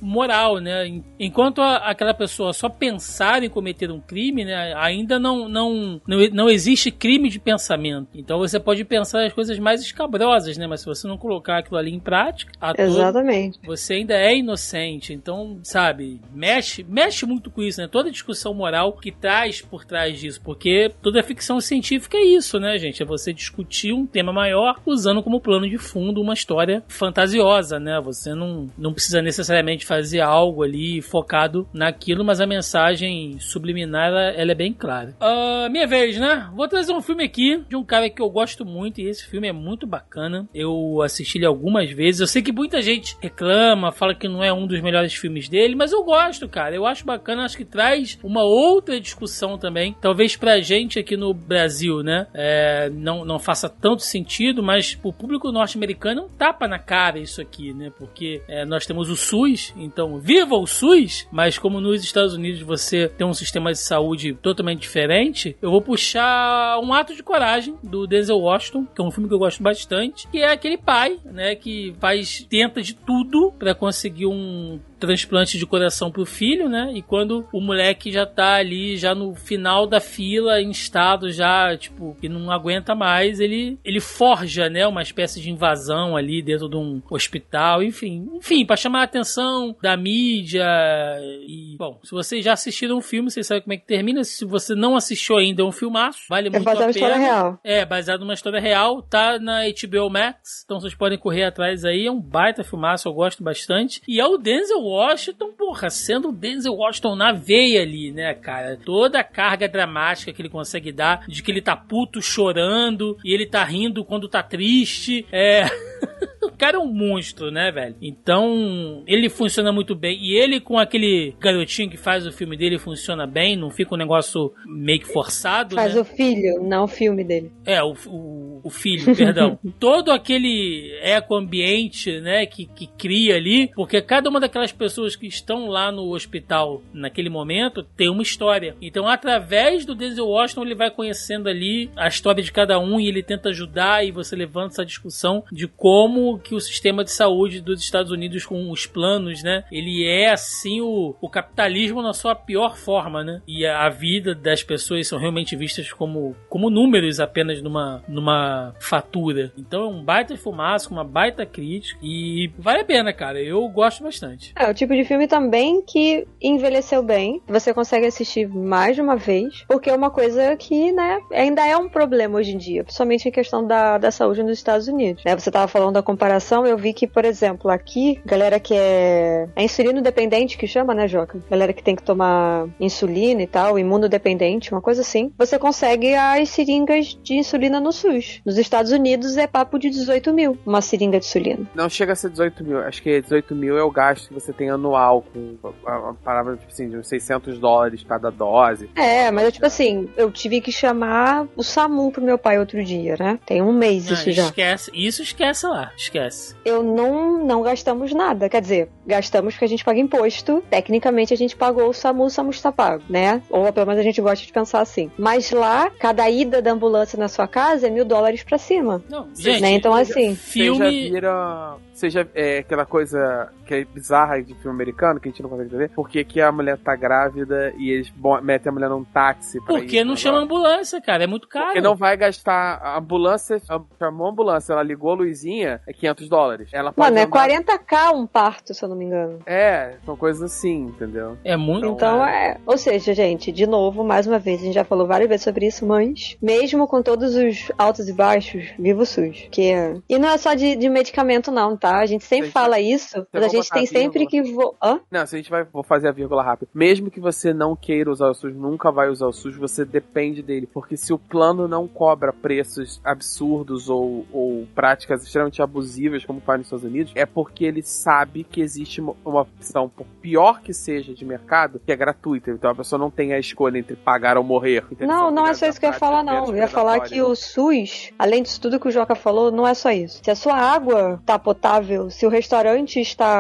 moral, né? Em- Enquanto a- aquela pessoa só pensar em cometer um crime, né? Ainda não, não, não, não existe crime de pensamento. Então você pode pensar as coisas mais escabrosas, né? Mas se você não colocar aquilo ali em prática, a todo- Exatamente. você ainda é inocente. Então, sabe, mexe, mexe muito com isso, né? Toda a discussão moral que traz por trás disso. Porque toda ficção científica é isso, né, gente? É você discutir um tema maior usando como plano de fundo uma história fantasiosa, né? Você não, não precisa necessariamente fazer algo ali focado naquilo, mas a mensagem subliminar, ela, ela é bem clara. Ah, minha vez, né? Vou trazer um filme aqui de um cara que eu gosto muito e esse filme é muito bacana. Eu assisti ele algumas vezes. Eu sei que muita gente reclama, fala que não é um dos melhores filmes dele, mas eu gosto, cara. Eu acho bacana, acho que traz uma outra discussão também. Talvez pra gente aqui no Brasil, né? É, não, não faça tanto sentido, mas pro público norte-americano é um tapa na cara isso aqui, né? Porque é, nós temos o SUS, então viva o SUS, mas como nos Estados Unidos você tem um sistema de saúde totalmente diferente, eu vou puxar Um Ato de Coragem, do Denzel Washington, que é um filme que eu gosto bastante, que é aquele pai, né, que faz, tenta de tudo pra conseguir um transplante de coração pro filho, né? E quando o moleque já tá ali, já no final da fila, em estado já, tipo, que não aguenta mais, ele, ele forja, né, uma espécie de invasão ali dentro de um hospital, enfim. Enfim, pra chamar a atenção da mídia e... Bom, se vocês já assistiram o filme, vocês sabem como é que termina. Se você não assistiu ainda, é um filmaço. Vale É muito baseado a na pena. história real. É, baseado numa história real. Tá na H B O Max. Então vocês podem correr atrás aí. É um baita filmaço, eu gosto bastante. E é o Denzel Washington, porra, sendo o Denzel Washington na veia ali, né, cara? Toda a carga dramática que ele consegue dar, de que ele tá puto chorando e ele tá rindo quando tá triste. É... O cara é um monstro, né, velho? Então, ele funciona muito bem. E ele, com aquele garotinho que faz o filme dele, funciona bem. Não fica um negócio meio que forçado, Faz né? o filho, não o filme dele. É, o, o, o filho, perdão. Todo aquele eco-ambiente, né, que, que cria ali, porque cada uma daquelas pessoas que estão lá no hospital naquele momento tem uma história. Então, através do Denzel Washington, ele vai conhecendo ali a história de cada um e ele tenta ajudar, e você levanta essa discussão de como que o sistema de saúde dos Estados Unidos, com os planos, né, ele é assim o, o capitalismo na sua pior forma, né? E a, a vida das pessoas são realmente vistas como, como números apenas numa, numa fatura. Então é um baita fumaça, uma baita crítica e vale a pena, cara. Eu gosto bastante. É o tipo de filme também que envelheceu bem. Você consegue assistir mais de uma vez, porque é uma coisa que, né, ainda é um problema hoje em dia, principalmente em questão da, da saúde nos Estados Unidos. Né, você tava falando da comparação, eu vi que, por exemplo, aqui, galera que é, é insulino dependente, que chama, né, Joca? Galera que tem que tomar insulina e tal, imunodependente, uma coisa assim, você consegue as seringas de insulina no SUS. Nos Estados Unidos é papo de dezoito mil, uma seringa de insulina. Não chega a ser dezoito mil. Acho que dezoito mil é o gasto que você tem anual, com a, a palavra, tipo assim, de uns seiscentos dólares cada dose. É, mas eu, tipo assim, eu tive que chamar o SAMU pro meu pai outro dia, né? Tem um mês Ah, isso já. esquece. Isso esquece lá. Esquece. Eu não, não gastamos nada. Quer dizer, gastamos porque a gente paga imposto. Tecnicamente a gente pagou o SAMU, o SAMU está pago, né? Ou pelo menos a gente gosta de pensar assim. Mas lá, cada ida da ambulância na sua casa é mil dólares pra cima. Não, Você- gente, Né? Então assim, filme... Você já vira... Você já... É aquela coisa que é bizarra de filme americano, que a gente não consegue entender. Porque que a mulher tá grávida e eles bo- metem a mulher num táxi pra Por que ir não pra chama lá. ambulância, cara? É muito caro. Porque não vai gastar... A ambulância... a- Chamou a ambulância, ela ligou a luzinha, é quinhentos dólares. Ela pode mano, é andar- quarenta k um parto, se eu não me engano. É, são coisas assim, entendeu? É muito Então caro. é. Ou seja, gente, de novo, mais uma vez, a gente já falou várias vezes sobre isso, mas mesmo com todos os altos e baixos, viva o SUS. Que é... E não é só de, de medicamento, não, tá? A gente sempre Gente, fala isso, mas a vou gente botar tem a sempre que. vírgula. Vo... Hã? Não, se a gente vai vou fazer a vírgula rápido. Mesmo que você não queira usar o SUS, nunca vai usar o SUS, você depende dele. Porque se o plano não cobra preços absurdos ou, ou práticas extremamente abusivas, como faz nos Estados Unidos, é porque ele sabe que existe uma uma opção, por pior que seja, de mercado, que é gratuita. Então a pessoa não tem a escolha entre pagar ou morrer. Então, Não, eles não é são só isso que eu ia obrigados a falar, práticas não. Eu menos ia falar que predatórias. o SUS, além disso tudo que o Joca falou, não é só isso. Se a sua água tá potável, se o restaurante está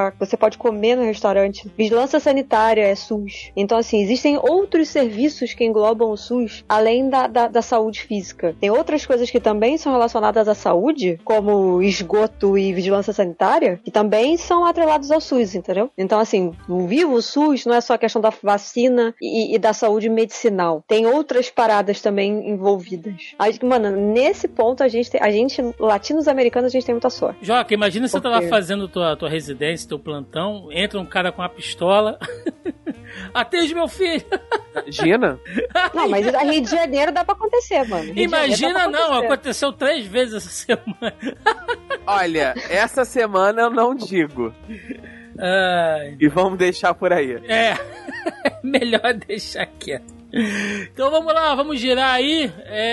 pra, você pode comer no restaurante. Vigilância sanitária é SUS. Então, assim, existem outros serviços que englobam o SUS, além da, da, da saúde física. Tem outras coisas que também são relacionadas à saúde, como esgoto e vigilância sanitária, que também são atrelados ao SUS, entendeu? Então, assim, o vivo SUS não é só a questão da vacina e, e da saúde medicinal. Tem outras paradas também envolvidas. A, mano, nesse ponto, a gente, tem, a gente latinos-americanos, a gente tem muita sorte. Joca, imagina você Por tá lá quê? fazendo tua, tua residência, teu plantão, entra um cara com uma pistola. Atende meu filho! Imagina? Não, mas a Rio de Janeiro dá pra acontecer, mano. Rio de Janeiro Imagina dá pra não, acontecer. aconteceu três vezes essa semana. Olha, essa semana eu não digo. Ai, E vamos deixar por aí. é, melhor deixar quieto. Então vamos lá, vamos girar aí.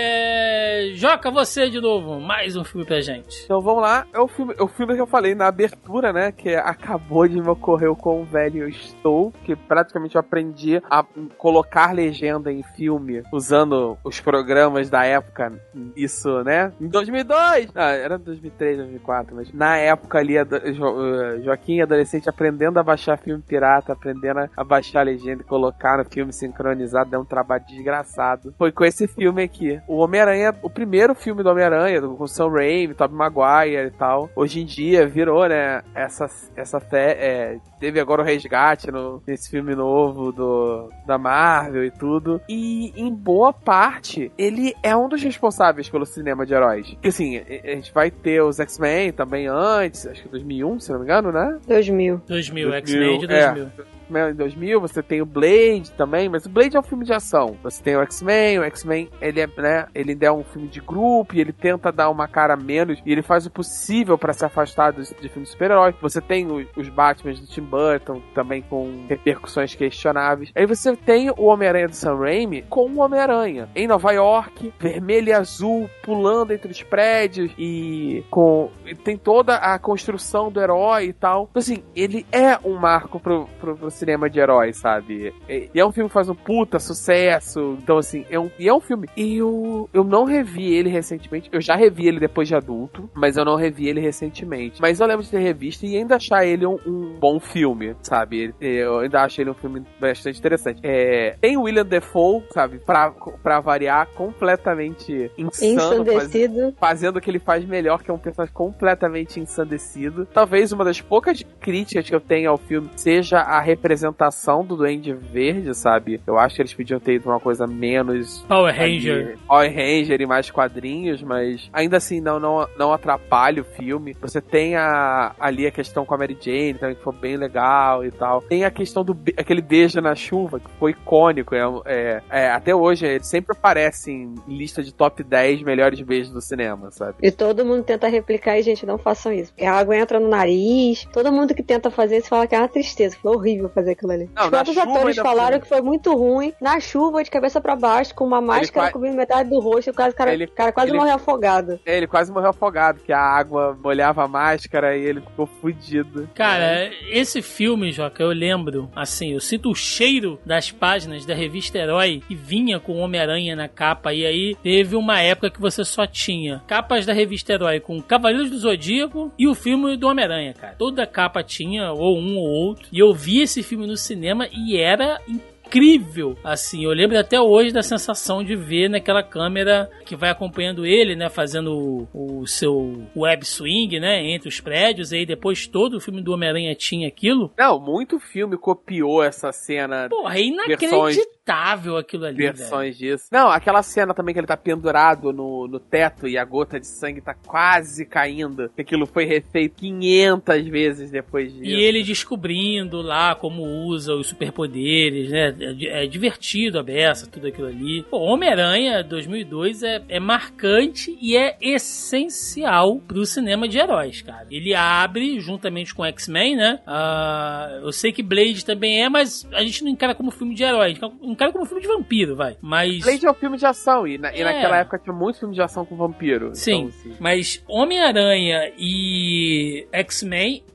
É... Joca, você de novo, mais um filme pra gente. Então vamos lá, é o filme, é o filme que eu falei na abertura, né? Que acabou de me ocorrer o quão velho eu estou, que praticamente eu aprendi a colocar legenda em filme usando os programas da época. Isso, né? Em dois mil e dois! Ah, era dois mil e três, dois mil e quatro, mas na época ali, jo, uh, Joaquim, adolescente, aprendendo a baixar filme pirata, aprendendo a baixar a legenda e colocar no filme sincronizado, deu um trabalho desgraçado. Foi com esse filme aqui. O Homem-Aranha, o primeiro filme do Homem-Aranha, com o Sam Raimi, Tobey Maguire e tal. Hoje em dia virou, né, essa, essa fé, é, teve agora o resgate no, nesse filme novo do, da Marvel e tudo. E em boa parte, ele é um dos responsáveis pelo cinema de heróis. Porque assim, a gente vai ter os X-Men também antes, acho que dois mil e um, se não me engano, né? dois mil. dois mil, dois X-Men de mil, é. dois mil. Em dois mil, você tem o Blade também, mas o Blade é um filme de ação. Você tem o X-Men, o X-Men, ele é, né, ele ainda é um filme de grupo e ele tenta dar uma cara menos e ele faz o possível pra se afastar dos, de filmes de super-herói. Você tem os, os Batman do Tim Burton, também com repercussões questionáveis. Aí você tem o Homem-Aranha do Sam Raimi com o Homem-Aranha em Nova York, vermelho e azul, pulando entre os prédios e com e tem toda a construção do herói e tal. Então, assim, ele é um marco pro, pro, pro cinema de heróis, sabe? E é um filme que faz um puta sucesso. Então, assim, é um, e é um filme. E eu, eu não revi ele recentemente. Eu já revi ele depois de adulto, mas eu não revi ele recentemente. Mas eu lembro de ter revisto e ainda achar ele um, um bom filme, sabe? Eu ainda acho ele um filme bastante interessante. É, tem o William Dafoe, sabe? Pra, pra variar, completamente insano. Ensandecido. Faz, fazendo o que ele faz melhor, que é um personagem completamente ensandecido. Talvez uma das poucas críticas que eu tenho ao filme seja a representação do Duende Verde, sabe? Eu acho que eles podiam ter ido uma coisa menos... Power Ranger. Ali, Power Ranger e mais quadrinhos, mas ainda assim não, não, não atrapalha o filme. Você tem a, ali a questão com a Mary Jane também, que foi bem legal e tal. Tem a questão do be- aquele beijo na chuva, que foi icônico. É, é, é, até hoje, ele sempre aparece em lista de top dez melhores beijos do cinema, sabe? E todo mundo tenta replicar e, gente, não façam isso. Porque a água entra no nariz. Todo mundo que tenta fazer isso fala que é uma tristeza. Foi horrível fazer aquilo ali. Não, Os na próprios chuva atores ainda falaram foi. que foi muito ruim. Na chuva, de cabeça pra baixo, com uma máscara fa- cobrindo metade do rosto. E o cara, cara, Ele- cara quase ele- morreu afogado. É, ele quase morreu afogado, que a água molhava a máscara e ele ficou fudido. Cara, esse filme, Joca, eu lembro, assim, eu sinto o cheiro das páginas da revista Herói que vinha com o Homem-Aranha na capa, e aí teve uma época que você só tinha capas da revista Herói com Cavaleiros do Zodíaco e o filme do Homem-Aranha, cara. Toda capa tinha, ou um ou outro, e eu vi esse filme no cinema e era incrível, assim, eu lembro até hoje da sensação de ver naquela câmera que vai acompanhando ele, né, fazendo o, o seu web swing, né, entre os prédios, e aí depois todo o filme do Homem-Aranha tinha aquilo. Não, muito filme copiou essa cena. Porra, é inacreditável aquilo ali, velho. Versões disso. Não, aquela cena também que ele tá pendurado no, no teto e a gota de sangue tá quase caindo. Que aquilo foi refeito quinhentas vezes depois disso. E ele descobrindo lá como usa os superpoderes, né? É, é divertido a beça, tudo aquilo ali. Pô, Homem-Aranha dois mil e dois é, é marcante e é essencial pro cinema de heróis, cara. Ele abre juntamente com X-Men, né? Uh, eu sei que Blade também é, mas a gente não encara como filme de herói, a gente encara como filme de vampiro, vai. Mas... Blade é um filme de ação e, na, É. e naquela época tinha muito filme de ação com vampiro. Sim, Então, assim, mas Homem-Aranha e X-Men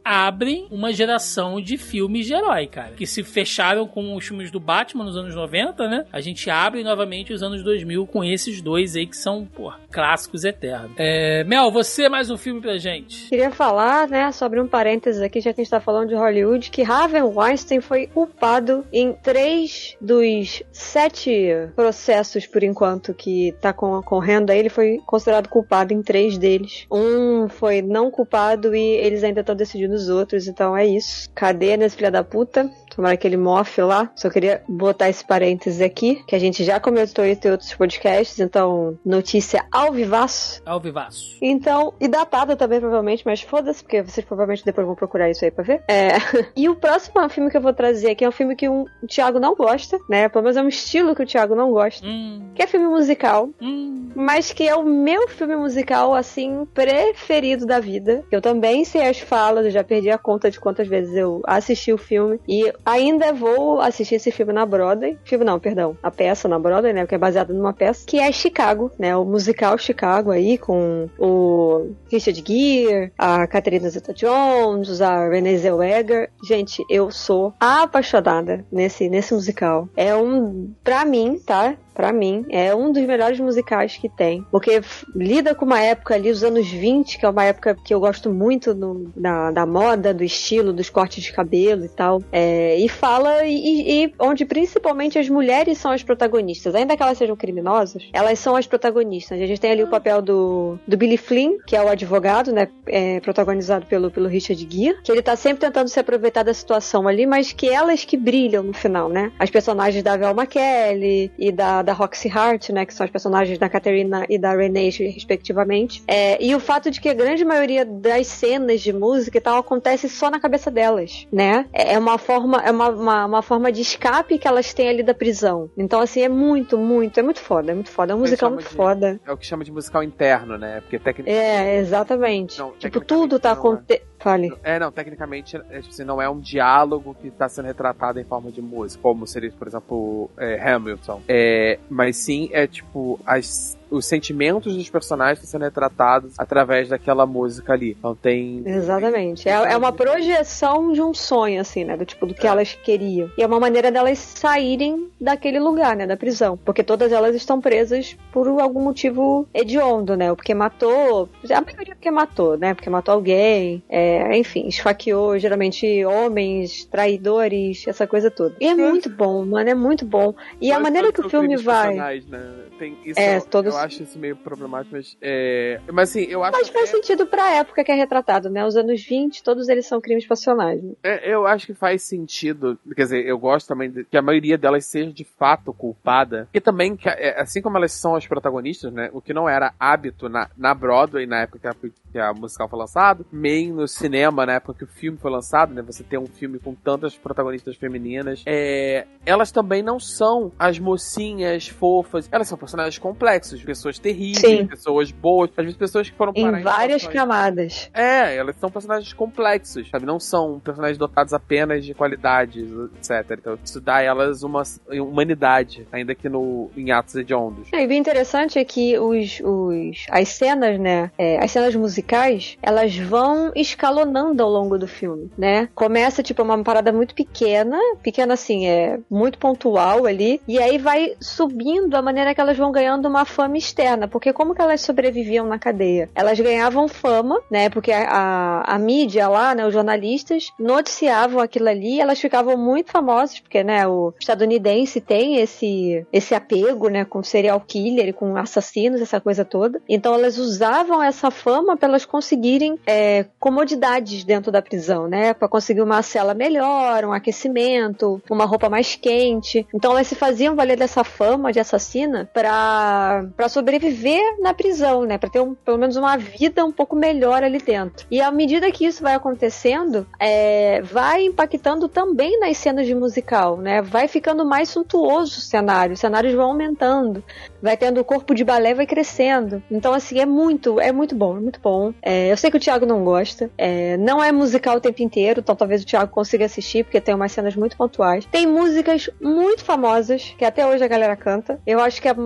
abrem uma geração de filmes de herói, cara. Que se fecharam com os filmes do Batman nos anos noventa, né? A gente abre novamente os anos dois mil com esses dois aí que são, pô, clássicos eternos. É, Mel, você mais um filme pra gente? Queria falar, né, sobre um parênteses aqui, já que a gente tá falando de Hollywood, que Harvey Weinstein foi culpado em três dos sete processos, por enquanto, que tá concorrendo aí. Ele foi considerado culpado em três deles. Um foi não culpado e eles ainda estão decidindo os outros, então é isso. Cadê nesse filho da puta? Tomara que ele mofe lá. Só queria botar esse parênteses aqui, que a gente já comentou isso em outros podcasts, então notícia ao vivaço. Ao vivaço. Então, e datada também, provavelmente, mas foda-se, porque vocês provavelmente depois vão procurar isso aí pra ver. É. E o próximo filme que eu vou trazer aqui é um filme que o Thiago não gosta, né? Pelo menos é um estilo que o Thiago não gosta. Hum. Que é filme musical. Hum. Mas que é o meu filme musical, assim, preferido da vida. Eu também sei as falas, eu já perdi a conta de quantas vezes eu assisti o filme. E ainda vou assistir esse filme na Broadway. Filme não, perdão. A peça na Broadway, né? Porque é baseada numa peça. Que é Chicago, né? O musical Chicago aí, com o Richard Gere, a Catherine Zeta-Jones, a Renée Zellweger. Gente, eu sou apaixonada nesse, nesse musical. É um, pra mim, tá? Pra mim, é um dos melhores musicais que tem. Porque f- lida com uma época ali, os anos vinte, que é uma época que eu gosto muito no, da, da moda, do estilo, dos cortes de cabelo e tal. É, e fala, e, e onde principalmente as mulheres são as protagonistas. Ainda que elas sejam criminosas, elas são as protagonistas. A gente tem ali o papel do, do Billy Flynn, que é o advogado, né? É, protagonizado pelo, pelo Richard Gere, que ele tá sempre tentando se aproveitar da situação ali, mas que elas que brilham no final, né? As personagens da Velma Kelly e da da Roxy Hart, né, que são as personagens da Caterina e da Renée, respectivamente. É, e o fato de que a grande maioria das cenas de música e tal acontece só na cabeça delas, né? É uma forma, é uma, uma, uma forma de escape que elas têm ali da prisão. Então, assim, é muito, muito, é muito foda, é muito foda. É um musical muito de, foda. É o que chama de musical interno, né? Porque tecnicamente... É, exatamente. Não, tipo, tudo tá acontecendo... Fale. É, não, tecnicamente, é, tipo assim, não é um diálogo que está sendo retratado em forma de música, como seria, por exemplo, é, Hamilton. É, mas sim, é tipo, as, os sentimentos dos personagens estão sendo retratados através daquela música ali. Então tem... Exatamente. É, é uma projeção de um sonho, assim, né? Do tipo, do que elas queriam. E é uma maneira delas saírem daquele lugar, né? Da prisão. Porque todas elas estão presas por algum motivo hediondo, né? Ou porque matou... A maioria porque matou, né? Porque matou alguém. É, enfim, esfaqueou geralmente homens, traidores, essa coisa toda. E é muito bom, mano. É muito bom. E a maneira que o filme vai... Né? Tem isso, É, eu, todos... eu acho isso meio problemático, mas... É... Mas assim, eu acho Mas faz que... sentido pra época que é retratado, né? Os anos vinte, todos eles são crimes passionais. Né? É, eu acho que faz sentido, quer dizer, eu gosto também de, que a maioria delas seja de fato culpada, e também, que, é, assim como elas são as protagonistas, né, o que não era hábito na, na Broadway, na época que a, que a musical foi lançado, nem no cinema, na época que o filme foi lançado, né, você tem um filme com tantas protagonistas femininas, é, elas também não são as mocinhas fofas, elas são personagens complexos, pessoas terríveis, Sim. pessoas boas, às vezes pessoas que foram parar Em várias situações- camadas. É, elas são personagens complexos, sabe? Não são personagens dotados apenas de qualidades, etcétera. Então, isso dá a elas uma humanidade, ainda que no, em atos hediondos. E bem interessante é que os, os, as cenas, né, é, as cenas musicais, elas vão escalonando ao longo do filme, né? Começa, tipo, uma parada muito pequena, pequena assim, é muito pontual ali, e aí vai subindo a maneira que elas vão ganhando uma fama externa, porque como que elas sobreviviam na cadeia? Elas ganhavam fama, né, porque a, a, a mídia lá, né, os jornalistas noticiavam aquilo ali, elas ficavam muito famosas, porque, né, o estadunidense tem esse, esse apego, né, com serial killer, com assassinos, essa coisa toda. Então elas usavam essa fama para elas conseguirem é, comodidades dentro da prisão, né, para conseguir uma cela melhor, um aquecimento, uma roupa mais quente. Então elas se faziam valer dessa fama de assassina para para sobreviver na prisão, né, para ter um, pelo menos uma vida um pouco melhor ali dentro. E à medida que isso vai acontecendo, é, vai impactando também nas cenas de musical, né? Vai ficando mais suntuoso o cenário, os cenários vão aumentando, vai tendo o corpo de balé, vai crescendo. Então, assim, é muito, é muito bom, é muito bom. É, eu sei que o Thiago não gosta, é, não é musical o tempo inteiro, então talvez o Thiago consiga assistir, porque tem umas cenas muito pontuais. Tem músicas muito famosas, que até hoje a galera canta. Eu acho que a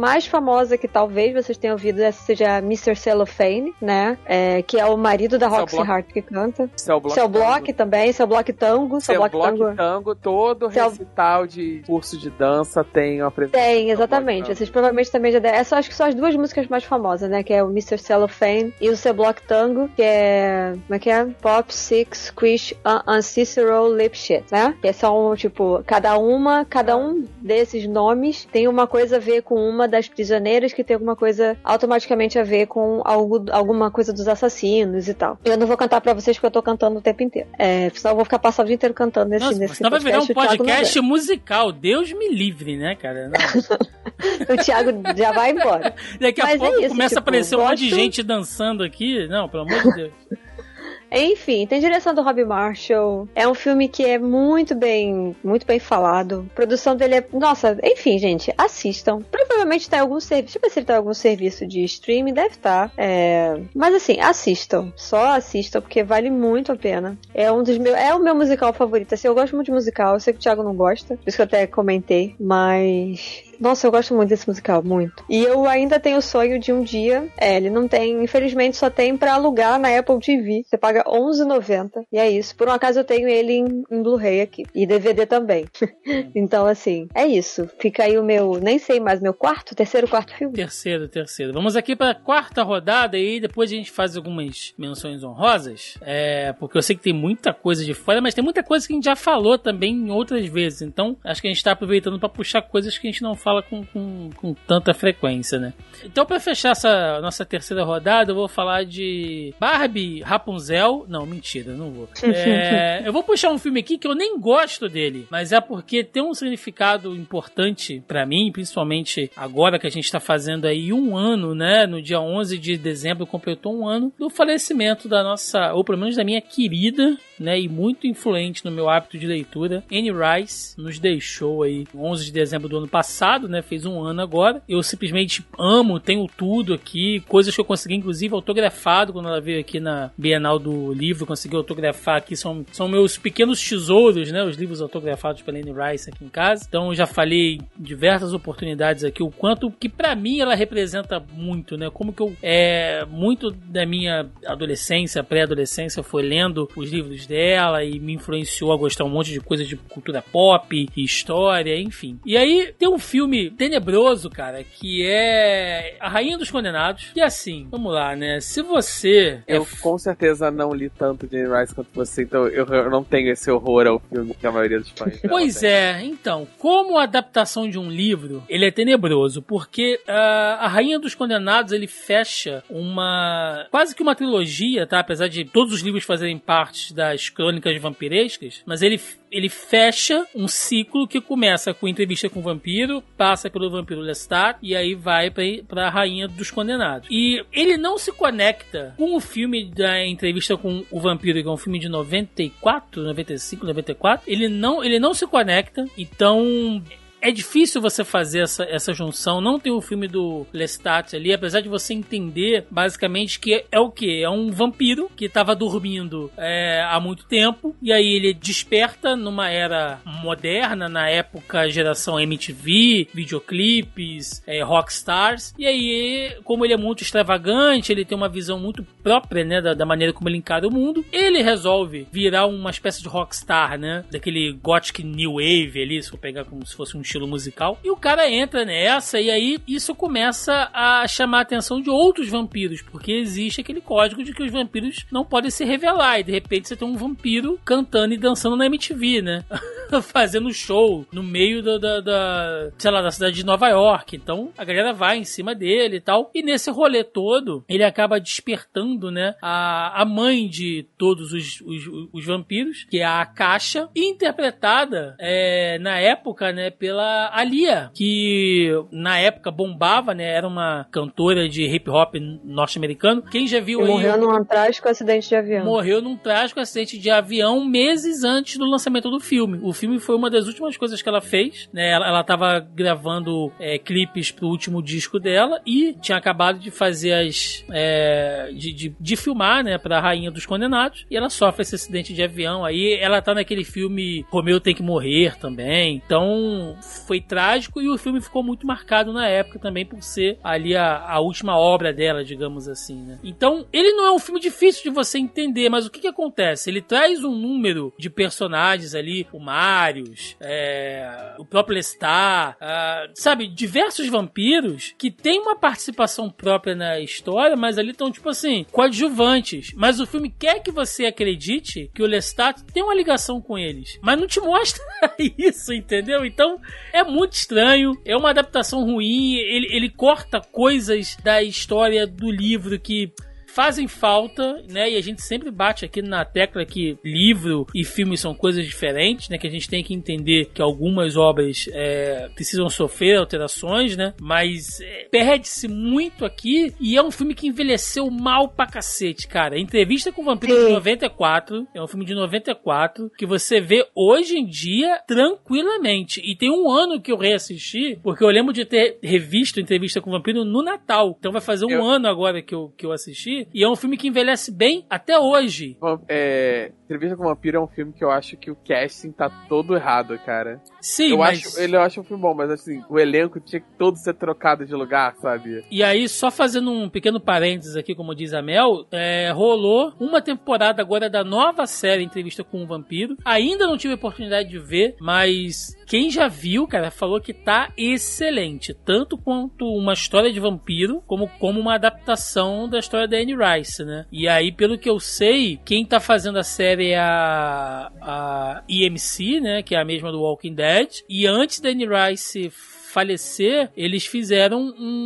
mais famosa que talvez vocês tenham ouvido essa seja a mister Cellophane, né? É, que é o marido da Cell Roxy Block. Hart que canta. Cell Block Cell Block Tango. também, Cell Block Tango. Cell Cell Block Block Tango. Tango, todo Cell- recital de curso de dança tem uma apresentação. Tem, exatamente. Block Vocês provavelmente também já devem. Essa acho que são as duas músicas mais famosas, né? Que é o mister Cellophane e o Cell Block Tango, que é. Como é que é? Pop, Six, Squish, Un- Uncicero, Lip Shit, né? Que são, tipo, cada uma, cada um desses nomes tem uma coisa a ver com uma das prisioneiras que tem alguma coisa automaticamente a ver com algo, alguma coisa dos assassinos e tal. Eu não vou cantar pra vocês porque eu tô cantando o tempo inteiro. É, senão eu vou ficar passando o dia inteiro cantando nesse, Nossa, nesse senão vai virar um o Thiago não podcast musical. Deus me livre, né, cara? Não. O Thiago já vai embora. Daqui a Mas é pouco isso, começa a tipo, aparecer um monte de gosto- gente dançando aqui. Não, pelo amor de Deus. Enfim, tem direção do Rob Marshall. É um filme que é muito bem, muito bem falado. A produção dele é, nossa, enfim, gente, assistam. Provavelmente tá em algum serviço, deixa eu ver se ele tá em algum serviço de streaming, deve estar. É... Mas assim, assistam, só assistam porque vale muito a pena. É um dos meus, é o meu musical favorito. Assim, eu gosto muito de musical. Eu sei que o Thiago não gosta, por isso que eu até comentei, mas nossa, eu gosto muito desse musical, muito. E eu ainda tenho o sonho de um dia. É, ele não tem, infelizmente, só tem pra alugar na Apple T V. Você paga onze reais e noventa centavos. E é isso. Por um acaso eu tenho ele em, em Blu-ray aqui. E D V D também. Então, assim, é isso. Fica aí o meu, nem sei mais, meu quarto, terceiro, quarto filme. Terceiro, terceiro. Vamos aqui para a quarta rodada e depois a gente faz algumas menções honrosas. É, porque eu sei que tem muita coisa de fora, mas tem muita coisa que a gente já falou também em outras vezes. Então, acho que a gente está aproveitando para puxar coisas que a gente não fala com, com, com tanta frequência, né? Então, para fechar essa nossa terceira rodada, eu vou falar de Barbie, Rapunzel. Não, mentira, não vou. É, eu vou puxar um filme aqui que eu nem gosto dele, mas é porque tem um significado importante pra mim, principalmente agora que a gente tá fazendo aí um ano, né? No dia onze de dezembro completou um ano do falecimento da nossa, ou pelo menos da minha querida, né, e muito influente no meu hábito de leitura, Anne Rice, nos deixou aí onze de dezembro do ano passado, né, fez um ano agora. Eu simplesmente amo, tenho tudo aqui, coisas que eu consegui inclusive autografado quando ela veio aqui na Bienal do Livro, consegui autografar aqui, são, são meus pequenos tesouros, né, os livros autografados pela Anne Rice aqui em casa. Então já falei em diversas oportunidades aqui o quanto que pra mim ela representa muito, né, como que eu, é, muito da minha adolescência, pré-adolescência foi lendo os livros dela e me influenciou a gostar um monte de coisas de cultura pop, história, enfim. E aí tem um filme tenebroso, cara, que é A Rainha dos Condenados. E assim, vamos lá, né? Se você... Eu é... com certeza não li tanto de Anne Rice quanto você, então eu, eu não tenho esse horror ao filme que a maioria dos fãs dela Pois tem. é, então, como a adaptação de um livro, ele é tenebroso, porque uh, A Rainha dos Condenados, ele fecha uma... quase que uma trilogia, tá? Apesar de todos os livros fazerem parte das crônicas vampirescas, mas ele, ele fecha um ciclo que começa com entrevista com o vampiro, passa pelo vampiro Lestat e aí vai pra, pra Rainha dos Condenados. E ele não se conecta com o filme da entrevista com o vampiro, que é um filme de noventa e quatro, noventa e cinco, noventa e quatro. Ele não, ele não se conecta, então... é difícil você fazer essa, essa junção. Não tem o filme do Lestat ali, apesar de você entender basicamente que é, é o que? É um vampiro que estava dormindo é, há muito tempo e aí ele desperta numa era moderna, na época geração M T V, videoclipes, é, rockstars, e aí como ele é muito extravagante, ele tem uma visão muito própria, né, da, da maneira como ele encara o mundo, ele resolve virar uma espécie de rockstar, né, daquele gothic new wave ali, se eu pegar como se fosse um estilo musical, e o cara entra nessa, e aí isso começa a chamar a atenção de outros vampiros, porque existe aquele código de que os vampiros não podem se revelar, e de repente você tem um vampiro cantando e dançando na M T V, né? Fazendo show no meio da, da, da, sei lá, da cidade de Nova York. Então a galera vai em cima dele e tal, e nesse rolê todo ele acaba despertando, né, a, a mãe de todos os, os, os vampiros, que é a Akasha, interpretada é, na época, né, pela Alia, que na época bombava, né, era uma cantora de hip hop norte-americano. Quem já viu E aí... morreu num trágico acidente de avião. Morreu num trágico acidente de avião meses antes do lançamento do filme. O filme foi uma das últimas coisas que ela fez, né? Ela, ela tava gravando é, clipes pro último disco dela e tinha acabado de fazer as... É, de, de, de filmar, né? Pra Rainha dos Condenados. E ela sofre esse acidente de avião. Aí ela tá naquele filme Romeu Tem Que Morrer também. Então, foi trágico e o filme ficou muito marcado na época também por ser ali a, a última obra dela, digamos assim, né? Então, ele não é um filme difícil de você entender, mas o que que acontece? Ele traz um número de personagens ali, o Marius, é, o próprio Lestat, ah, sabe, diversos vampiros que tem uma participação própria na história, mas ali estão, tipo assim, coadjuvantes. Mas o filme quer que você acredite que o Lestat tem uma ligação com eles, mas não te mostra isso, entendeu? Então, é muito estranho, é uma adaptação ruim, ele, ele corta coisas da história do livro que fazem falta, né? E a gente sempre bate aqui na tecla que livro e filme são coisas diferentes, né? Que a gente tem que entender que algumas obras é, precisam sofrer alterações, né? Mas é, perde-se muito aqui e é um filme que envelheceu mal pra cacete, cara. Entrevista com o Vampiro de noventa e quatro, é um filme de noventa e quatro que você vê hoje em dia tranquilamente. E tem um ano que eu reassisti, porque eu lembro de ter revisto Entrevista com o Vampiro no Natal. Então vai fazer um eu... ano agora que eu, que eu assisti. E é um filme que envelhece bem até hoje. É, Entrevista com o Vampiro é um filme que eu acho que o casting tá todo errado, cara. Sim, eu mas... Acho, ele eu acho um filme bom, mas assim, o elenco tinha que todo ser trocado de lugar, sabe? E aí, só fazendo um pequeno parênteses aqui, como diz a Mel, é, rolou uma temporada agora da nova série Entrevista com o Vampiro. Ainda não tive a oportunidade de ver, mas quem já viu, cara, falou que tá excelente. Tanto quanto uma história de vampiro, como, como uma adaptação da história da Anne Rice, né? E aí, pelo que eu sei, quem tá fazendo a série é a, a E M C, né? Que é a mesma do Walking Dead. E antes da Anne Rice falecer, eles fizeram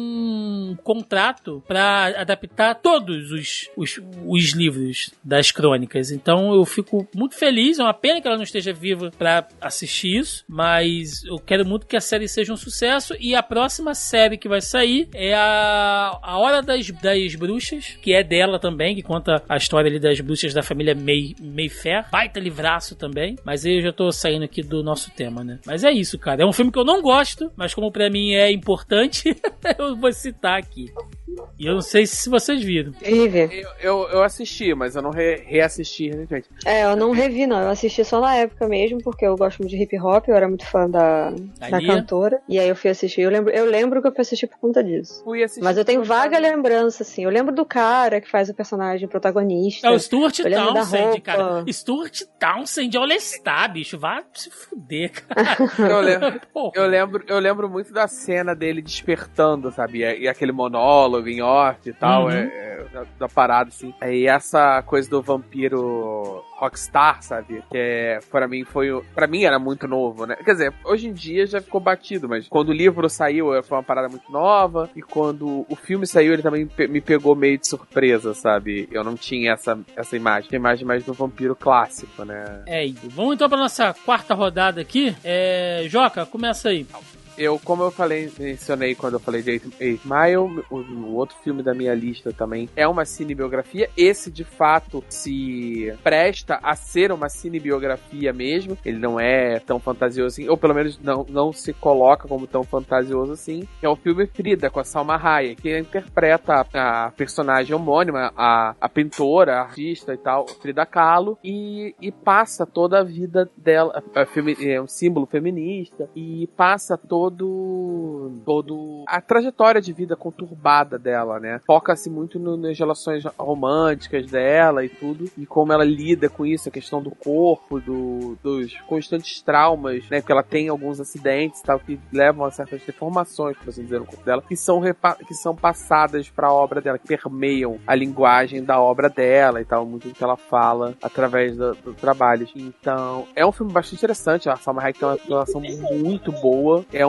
um contrato para adaptar todos os, os, os livros das crônicas. Então eu fico muito feliz, é uma pena que ela não esteja viva para assistir isso, mas eu quero muito que a série seja um sucesso. E a próxima série que vai sair é a, a Hora das, das Bruxas, que é dela também, que conta a história ali das bruxas da família May, Mayfair. Baita livraço também, mas aí eu já tô saindo aqui do nosso tema, né? Mas é isso, cara, é um filme que eu não gosto, mas como pra mim é importante, eu vou citar aqui. E eu não sei se vocês viram. Eu, eu, eu assisti, mas eu não re, reassisti recentemente. É, eu não revi, não. Eu assisti só na época mesmo, porque eu gosto muito de hip hop, eu era muito fã da, da cantora. E aí eu fui assistir. Eu lembro, eu lembro que eu fui assistir por conta disso. Mas eu tenho vaga lembrança, assim. Eu lembro do cara que faz o personagem protagonista. É o Stuart Townsend, cara. Stuart Townsend é o Lestat, bicho. Vai se fuder, cara. eu, lembro, eu, lembro, eu lembro muito da cena dele despertando, sabe? E, e aquele monólogo em off e tal, uhum. é, é, da, da parada, assim. E essa coisa do vampiro rockstar, sabe? Que é, pra mim foi, pra mim era muito novo, né? Quer dizer, hoje em dia já ficou batido, mas quando o livro saiu foi uma parada muito nova, e quando o filme saiu ele também me pegou meio de surpresa, sabe? Eu não tinha essa, essa imagem, a imagem mais do vampiro clássico, né? É, vamos então pra nossa quarta rodada aqui. É, Joca, começa aí. Eu, como eu falei, mencionei quando eu falei de Eight Mile, o, o outro filme da minha lista também é uma cinebiografia. Esse, de fato, se presta a ser uma cinebiografia mesmo. Ele não é tão fantasioso assim, ou pelo menos não, não se coloca como tão fantasioso assim. É o filme Frida, com a Salma Hayek, que interpreta a, a personagem homônima, a, a pintora, a artista e tal, Frida Kahlo, e, e passa toda a vida dela. É, é um símbolo feminista, e passa todo todo, todo a trajetória de vida conturbada dela, né? Foca-se muito no, nas relações românticas dela e tudo, e como ela lida com isso, a questão do corpo, do, dos constantes traumas, né? Porque ela tem alguns acidentes e tal, que levam a certas deformações, por assim dizer, no corpo dela, que são, repa- que são passadas para a obra dela, que permeiam a linguagem da obra dela e tal, muito do que ela fala através do, do trabalho. Então, é um filme bastante interessante, a Salma Hayek tem uma atuação muito boa, é um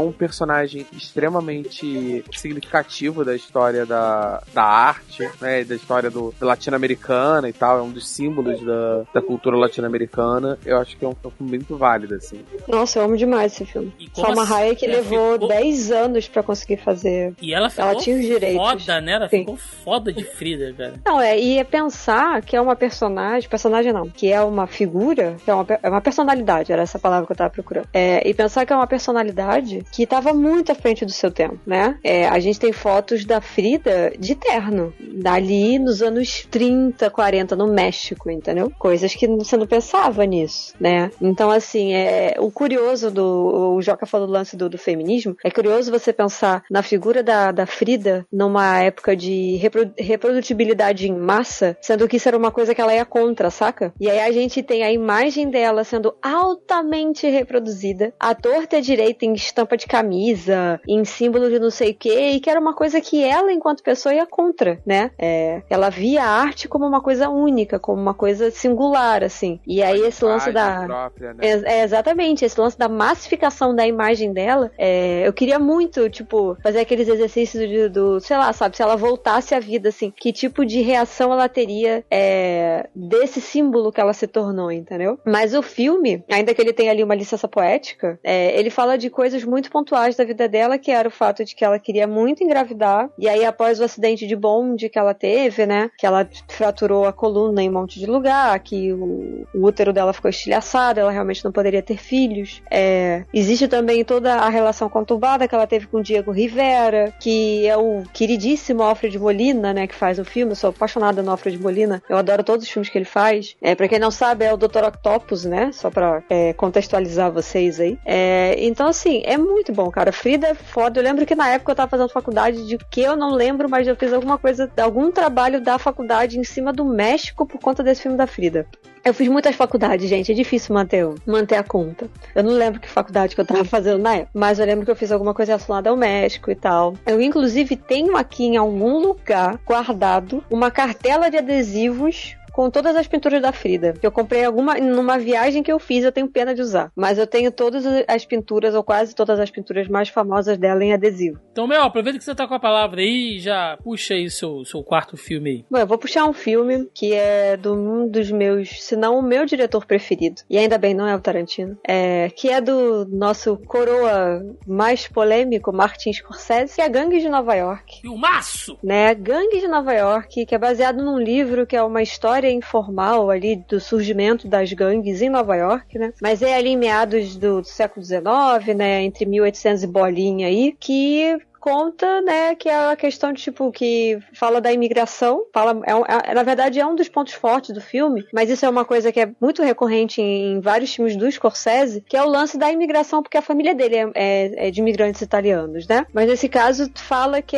um personagem extremamente significativo da história da, da arte, né, da história do, da latino-americana e tal, é um dos símbolos da, da cultura latino-americana. Eu acho que é um, é um filme muito válido, assim. Nossa, eu amo demais esse filme. E como Salma assim, Hayek ela levou ficou- dez anos pra conseguir fazer. E ela ficou Ela tinha os direitos. foda, né? Ela Sim. ficou foda de Frida, cara. Não, é, e é pensar que é uma personagem, personagem não, que é uma figura, que é uma, é uma personalidade, era essa palavra que eu tava procurando. É, e pensar que é uma personalidade que tava muito à frente do seu tempo, né? É, a gente tem fotos da Frida de terno, dali nos anos trinta, quarenta, no México, entendeu? Coisas que você não pensava nisso, né? Então, assim, é, o curioso do, o Joca falou do lance do, do feminismo, é curioso você pensar na figura da, da Frida numa época de repro, reprodutibilidade em massa, sendo que isso era uma coisa que ela ia contra, saca? E aí a gente tem a imagem dela sendo altamente reproduzida, à torta e à direita em estampa de camisa, em símbolo de não sei o que, e que era uma coisa que ela, enquanto pessoa, ia contra, né? É, ela via a arte como uma coisa única, como uma coisa singular, assim. E aí esse lance da... própria, né? É, é, exatamente, esse lance da massificação da imagem dela, é, eu queria muito, tipo, fazer aqueles exercícios de, do, sei lá, sabe, se ela voltasse à vida, assim, que tipo de reação ela teria é, desse símbolo que ela se tornou, entendeu? Mas o filme, ainda que ele tenha ali uma licença poética, é, ele fala de coisas muito pontuais da vida dela, que era o fato de que ela queria muito engravidar, e aí após o acidente de bonde que ela teve, né, que ela fraturou a coluna em um monte de lugar, que o, o útero dela ficou estilhaçado, ela realmente não poderia ter filhos. É, existe também toda a relação conturbada que ela teve com o Diego Rivera, que é o queridíssimo Alfred Molina, né, que faz o filme. Eu sou apaixonada no Alfred Molina, eu adoro todos os filmes que ele faz. É, pra quem não sabe, é o doutor Octopus, né, só pra é, contextualizar vocês aí. É, então, assim, é muito bom, cara. Frida é foda. Eu lembro que na época eu tava fazendo faculdade de que eu não lembro, mas eu fiz alguma coisa, algum trabalho da faculdade em cima do México por conta desse filme da Frida. Eu fiz muitas faculdades, gente. É difícil manter, manter a conta. Eu não lembro que faculdade que eu tava fazendo na época, mas eu lembro que eu fiz alguma coisa relacionada ao México e tal. Eu, inclusive, tenho aqui em algum lugar guardado uma cartela de adesivos com todas as pinturas da Frida, que eu comprei alguma numa viagem que eu fiz, eu tenho pena de usar. Mas eu tenho todas as pinturas, ou quase todas as pinturas mais famosas dela em adesivo. Então, Mel, aproveita que você tá com a palavra aí e já puxa aí seu, seu quarto filme aí. Bom, eu vou puxar um filme que é de um dos meus, se não o meu diretor preferido, e ainda bem não é o Tarantino, é, que é do nosso coroa mais polêmico, Martin Scorsese, que é Gangues de Nova York. Filmaço! Né? Gangues de Nova York, que é baseado num livro que é uma história informal ali do surgimento das gangues em Nova York, né? Mas é ali em meados do século dezenove, né? Entre mil e oitocentos e bolinha aí, que conta, né, que é a questão de, tipo, que fala da imigração, fala, é, é, na verdade é um dos pontos fortes do filme, mas isso é uma coisa que é muito recorrente em, em vários filmes do Scorsese, que é o lance da imigração, porque a família dele é, é, é de imigrantes italianos, né? Mas nesse caso fala que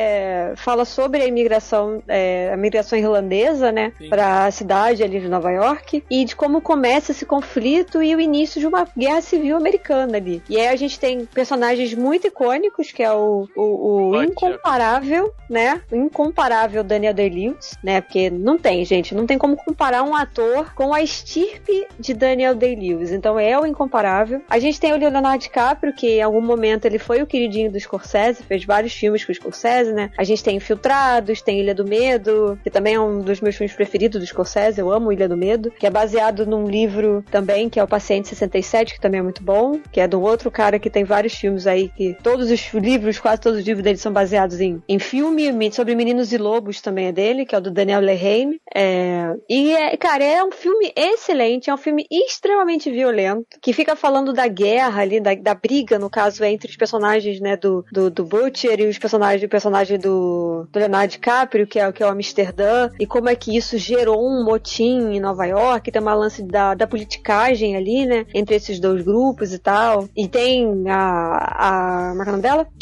é, fala sobre a imigração, é, a imigração irlandesa, né, para a cidade ali de Nova York, e de como começa esse conflito e o início de uma guerra civil americana ali. E aí a gente tem personagens muito icônicos, que é o O, o incomparável, né? O incomparável Daniel Day-Lewis, né? Porque não tem, gente, não tem como comparar um ator com a estirpe de Daniel Day-Lewis. Então é o incomparável. A gente tem o Leonardo DiCaprio, que em algum momento ele foi o queridinho do Scorsese, fez vários filmes com o Scorsese, né? A gente tem Infiltrados, tem Ilha do Medo, que também é um dos meus filmes preferidos do Scorsese. Eu amo Ilha do Medo, que é baseado num livro também, que é o Paciente sessenta e sete, que também é muito bom, que é de um outro cara que tem vários filmes aí, que todos os livros, quase todos os livros dele são baseados em, em filme, sobre Meninos e Lobos também é dele, que é o do Daniel Lehane. É, e, é, cara, é um filme excelente, é um filme extremamente violento, que fica falando da guerra ali, da, da briga, no caso, entre os personagens, né, do, do, do Butcher e os personagens, o personagem do, do Leonardo DiCaprio, que é, que é o Amsterdã, e como é que isso gerou um motim em Nova York, tem uma lance da, da politicagem ali, né, entre esses dois grupos e tal. E tem a, a, como é o nome dela? A Cameron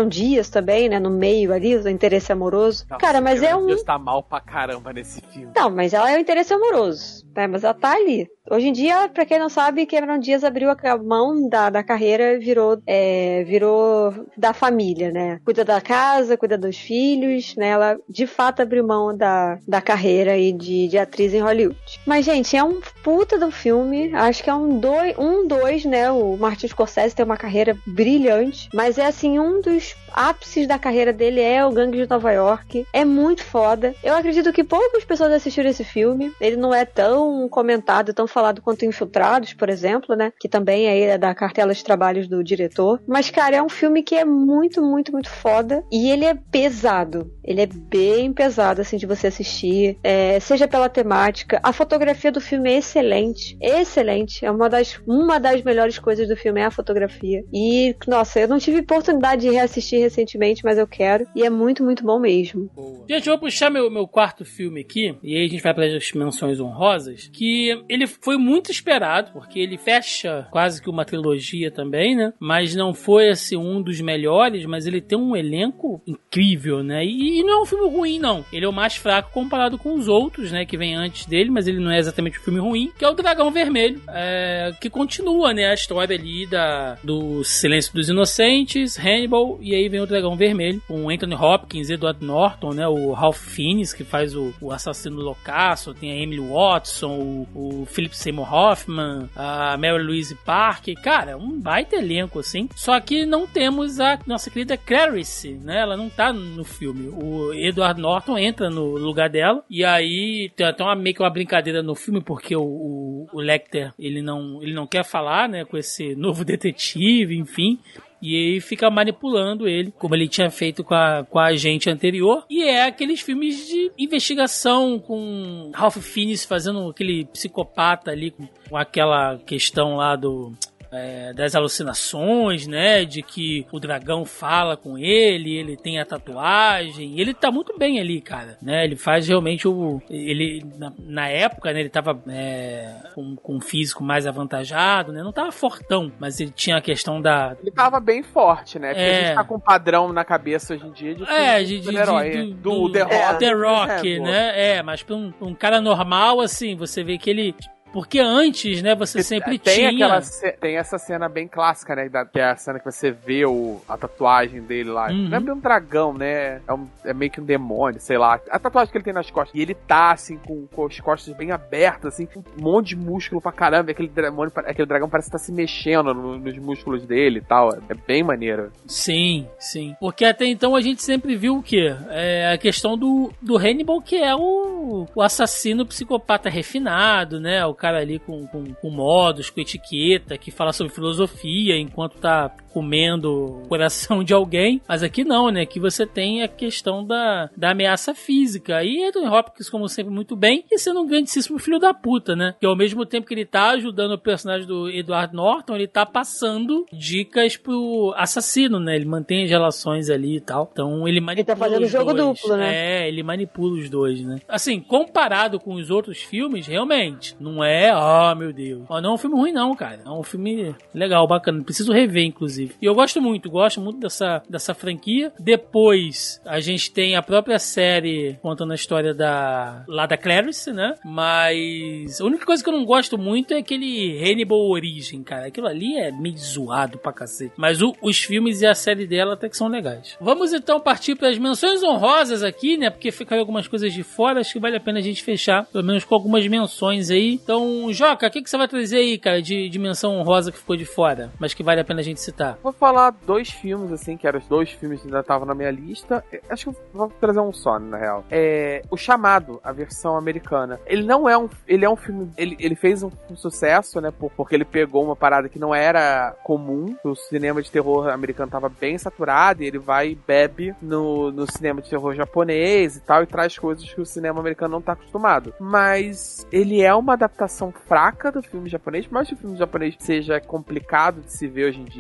Cameron Diaz também, né? No meio ali, o interesse amoroso. Nossa, Cara, mas é Cameron um... Diaz tá mal pra caramba nesse filme. Não, mas ela é o interesse amoroso, né? Mas ela tá ali. Hoje em dia, pra quem não sabe, Cameron Diaz abriu a mão da, da carreira e virou, é, virou da família, né? Cuida da casa, cuida dos filhos, né? Ela, de fato, abriu mão da, da carreira e de, de atriz em Hollywood. Mas, gente, é um puta do filme. Acho que é um dois, um dois, né? O Martin Scorsese tem uma carreira brilhante, mas é, assim, um dos ápices da carreira dele é o Gangue de Nova York. É muito foda. Eu acredito que poucas pessoas assistiram esse filme. Ele não é tão comentado, tão falado quanto Infiltrados, por exemplo, né? Que também aí é da cartela de trabalhos do diretor. Mas, cara, é um filme que é muito, muito, muito foda. E ele é pesado. Ele é bem pesado, assim, de você assistir. É, seja pela temática. A fotografia do filme é excelente. Excelente. É uma das, uma das melhores coisas do filme é a fotografia. E, nossa, eu não tive oportunidade de reassistir recentemente, mas eu quero. E é muito, muito bom mesmo. Boa. Gente, eu vou puxar meu, meu quarto filme aqui. E aí a gente vai para as menções honrosas. Que ele foi muito esperado, porque ele fecha quase que uma trilogia também, né? Mas não foi, assim, um dos melhores, mas ele tem um elenco incrível, né? E, e não é um filme ruim, não. Ele é o mais fraco comparado com os outros, né? Que vem antes dele, mas ele não é exatamente um filme ruim, que é o Dragão Vermelho, é, que continua, né? A história ali da, do Silêncio dos Inocentes, Hannibal, e aí vem o Dragão Vermelho, com Anthony Hopkins, Edward Norton, né? O Ralph Fiennes, que faz o, o assassino loucaço, tem a Emily Watson, o, o Philip Seymour Hoffman, a Mary Louise Parker. Cara, um baita elenco, assim. Só que não temos a nossa querida Clarice, né? Ela não tá no filme. O Edward Norton entra no lugar dela, e aí tem até uma, meio que uma brincadeira no filme, porque o, o, o Lecter, ele não, ele não quer falar, né, com esse novo detetive, enfim. E aí fica manipulando ele, como ele tinha feito com a, com a agente anterior. E é aqueles filmes de investigação com Ralph Fiennes fazendo aquele psicopata ali, com, com aquela questão lá do... É, das alucinações, né, de que o dragão fala com ele, ele tem a tatuagem, ele tá muito bem ali, cara, né, ele faz realmente o, ele, na, na época, né, ele tava é, com, com um físico mais avantajado, né, não tava fortão, mas ele tinha a questão da... Ele tava bem forte, né, porque É. a gente tá com um padrão na cabeça hoje em dia de É, de, de, super-herói, de- do, do- The Rock. The Rock, É, pô. né, é, mas pra um, um cara normal, assim, você vê que ele... Porque antes, né, você sempre tem tinha... aquela ce- tem essa cena bem clássica, né? da- que é a cena que você vê o, a tatuagem dele lá. Uhum. Não é bem um dragão, né? É, um- é meio que um demônio, sei lá. A tatuagem que ele tem nas costas. E ele tá, assim, com, com as costas bem abertas, assim, com um monte de músculo pra caramba. E aquele, demônio, aquele dragão parece estar se mexendo no- nos músculos dele e tal. É bem maneiro. Sim, sim. Porque até então a gente sempre viu o quê? É a questão do, do Hannibal, que é o, o assassino psicopata refinado, né? O cara ali com, com, com modos, com etiqueta, que fala sobre filosofia enquanto tá comendo o coração de alguém. Mas aqui não, né? Aqui você tem a questão da, da ameaça física. E Anthony Hopkins, como sempre, muito bem. E sendo um grandíssimo filho da puta, né? Que ao mesmo tempo que ele tá ajudando o personagem do Edward Norton, ele tá passando dicas pro assassino, né? Ele mantém as relações ali e tal. Então ele manipula Ele tá fazendo os jogo dois. duplo, né? É, ele manipula os dois, né? Assim, comparado com os outros filmes, realmente, não é, oh meu Deus. Oh, não é um filme ruim não, cara. É um filme legal, bacana. Preciso rever, inclusive. E eu gosto muito, gosto muito dessa, dessa franquia. Depois, a gente tem a própria série contando a história da lá da Clarice, né? Mas a única coisa que eu não gosto muito é aquele Hannibal Origem, cara. Aquilo ali é meio zoado pra cacete. Mas o- os filmes e a série dela até que são legais. Vamos então partir para as menções honrosas aqui, né? Porque ficaram algumas coisas de fora. Acho que vale a pena a gente fechar, pelo menos com algumas menções aí. Então, Joca, o que, que você vai trazer aí, cara, de, de menção honrosa que ficou de fora, mas que vale a pena a gente citar? Vou falar dois filmes, assim, que eram os dois filmes que ainda estavam na minha lista. Eu acho que eu vou trazer um só, na real. É O Chamado, a versão americana. Ele não é um... Ele é um filme... Ele, ele fez um, um sucesso, né? por- porque ele pegou uma parada que não era comum. O cinema de terror americano tava bem saturado. E ele vai e bebe no, no cinema de terror japonês e tal. E traz coisas que o cinema americano não tá acostumado. Mas ele é uma adaptação fraca do filme japonês. Por mais que o filme japonês seja complicado de se ver hoje em dia, sabe?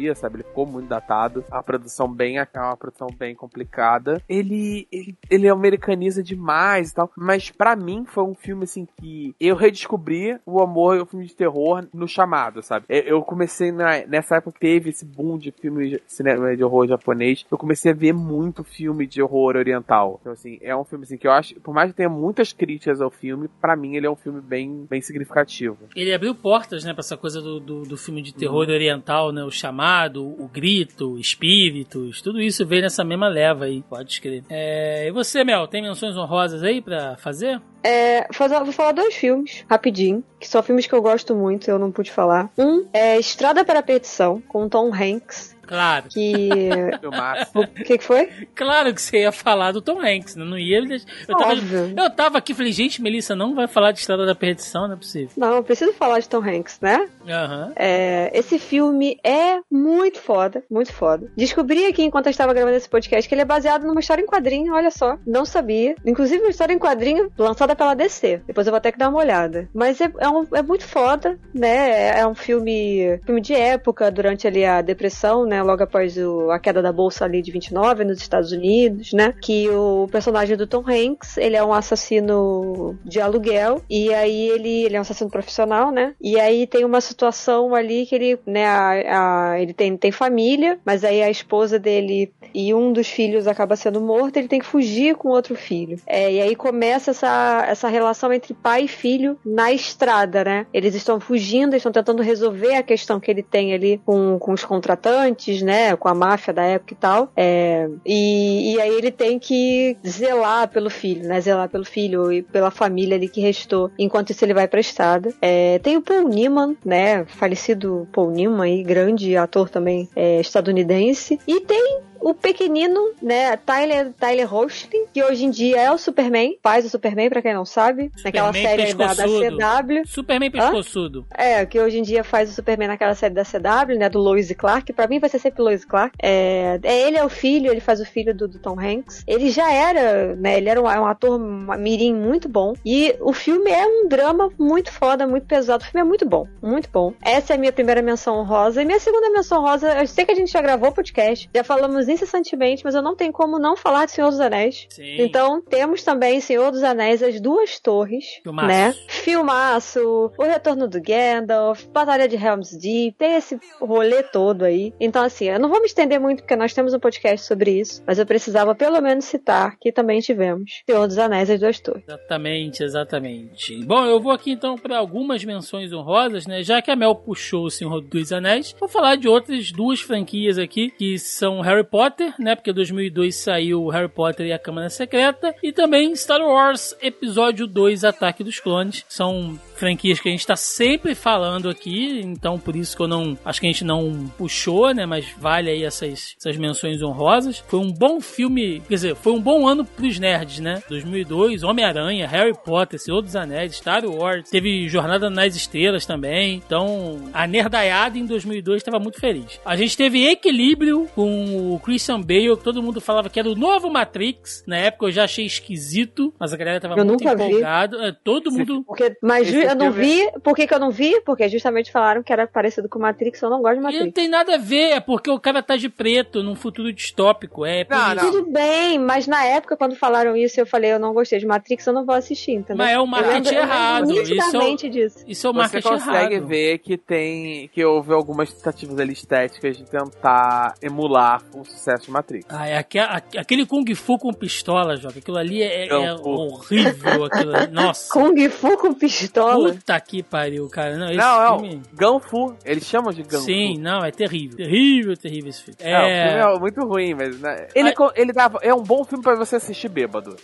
ele ficou muito datado. A produção bem, é uma produção bem complicada. Ele, ele, ele americaniza demais e tal, mas pra mim foi um filme, assim, que eu redescobri o amor ao filme de terror no Chamado, sabe? Eu eu comecei, na, nessa época que teve esse boom de filme de cinema de horror japonês, eu comecei a ver muito filme de horror oriental. Então, assim, é um filme, assim, que eu acho, por mais que tenha muitas críticas ao filme, pra mim ele é um filme bem, bem significativo. Ele abriu portas, né, pra essa coisa do, do, do filme de terror Uhum. oriental, né? O Chamado, o Grito, Espíritos, tudo isso veio nessa mesma leva aí, pode escrever. É, e você, Mel, tem menções honrosas aí pra fazer? É, fazer- vou falar dois filmes, rapidinho, que são filmes que eu gosto muito, eu não pude falar. Um é Estrada para a Perdição, com Tom Hanks, Claro. que... Filmaço. O que que foi? Claro que você ia falar do Tom Hanks, né? Não ia. Eu tava, Óbvio. eu tava aqui e falei, gente, Melissa não vai falar de Estrada da Perdição, não é possível. Não, eu preciso falar de Tom Hanks, né? Aham. É, esse filme é muito foda, muito foda. Descobri aqui, enquanto eu estava gravando esse podcast, que ele é baseado numa história em quadrinho, olha só. Não sabia. Inclusive, uma história em quadrinho lançada pela D C. Depois eu vou ter que dar uma olhada. Mas é, é, um- é muito foda, né? É um filme, filme de época, durante ali a depressão, né? Logo após o- a queda da Bolsa ali de vinte e nove nos Estados Unidos, né? Que o personagem do Tom Hanks, ele é um assassino de aluguel. E aí ele, ele é um assassino profissional, né? E aí tem uma situação ali que ele, né, a, a- ele tem, tem família, mas aí a esposa dele e um dos filhos acaba sendo morto, ele tem que fugir com outro filho. É, e aí começa essa, essa relação entre pai e filho na estrada, né? Eles estão fugindo, eles estão tentando resolver a questão que ele tem ali com, com os contratantes, né? Com a máfia da época e tal. É, e, e aí ele tem que zelar pelo filho, né? Zelar pelo filho e pela família ali que restou, enquanto isso ele vai pra estrada. É, tem o Paul Newman, né? Falecido Paul Newman aí, grande ator também é, estadunidense. E tem o pequenino, né, Tyler, Tyler Hoechlin, que hoje em dia é o Superman, faz o Superman, pra quem não sabe, naquela Superman série da, da C pescoçudo. W. Superman pescoçudo. É, que hoje em dia faz o Superman naquela série da C W, né, do Lois e Clark. Pra mim vai ser sempre Lois e Clark. É, é, ele é o filho, ele faz o filho do, do Tom Hanks. Ele já era, né, ele era um, um ator mirim muito bom. E o filme é um drama muito foda, muito pesado. O filme é muito bom, muito bom. Essa é a minha primeira menção honrosa. E minha segunda menção honrosa, eu sei que a gente já gravou o podcast, já falamos incessantemente, mas eu não tenho como não falar de Senhor dos Anéis. Sim. Então, temos também Senhor dos Anéis, As Duas Torres, Filmaço. né? Filmaço, O Retorno do Gandalf, Batalha de Helm's Deep, tem esse rolê todo aí. Então, assim, eu não vou me estender muito, porque nós temos um podcast sobre isso, mas eu precisava pelo menos citar que também tivemos Senhor dos Anéis, As Duas Torres. Exatamente, exatamente. Bom, eu vou aqui então para algumas menções honrosas, né? Já que a Mel puxou o Senhor dos Anéis, vou falar de outras duas franquias aqui, que são Harry Potter, né? Porque em dois mil e dois saiu Harry Potter e a Câmara Secreta, e também Star Wars Episódio dois, Ataque dos Clones. São franquias que a gente tá sempre falando aqui, então por isso que eu não... acho que a gente não puxou, né? Mas vale aí essas, essas menções honrosas. Foi um bom filme, quer dizer, foi um bom ano pros nerds, né? dois mil e dois, Homem-Aranha, Harry Potter, Senhor dos Anéis, Star Wars, teve Jornada nas Estrelas também. Então, a nerdaiada em dois mil e dois estava muito feliz. A gente teve Equilíbrio com o Christian Bale, que todo mundo falava que era o novo Matrix. Na época eu já achei esquisito, mas a galera tava Eu muito nunca vi. empolgada. Todo mundo... Porque, mas Esse ju- eu não filme- vi. Por que, que eu não vi? Porque justamente falaram que era parecido com Matrix. Eu não gosto de E não Matrix. tem nada a ver, é porque o cara tá de preto num futuro distópico. É por Não, isso. não. Tudo bem, mas na época, quando falaram isso, eu falei, eu não gostei de Matrix, eu não vou assistir, entendeu? Mas é o Eu marketing lembro- eu lembro errado. Isso é o, nitidamente disso. isso é o Você marketing consegue errado. ver que tem. Que houve algumas tentativas ali estéticas de tentar emular o sucesso de Matrix. Ah, é aque- a- aquele Kung Fu com pistola, Joga. Aquilo ali é, é Kung Fu. horrível. Aquilo ali. Nossa. Kung Fu com pistola. Puta que pariu, cara. Não, esse Não, é o filme... Ganfu. Eles chamam de Ganfu. Sim, não, é terrível. Terrível, terrível esse filme. É, o É... filme é muito ruim, mas. Né, ele, Ai. co- ele dava, é um bom filme pra você assistir bêbado.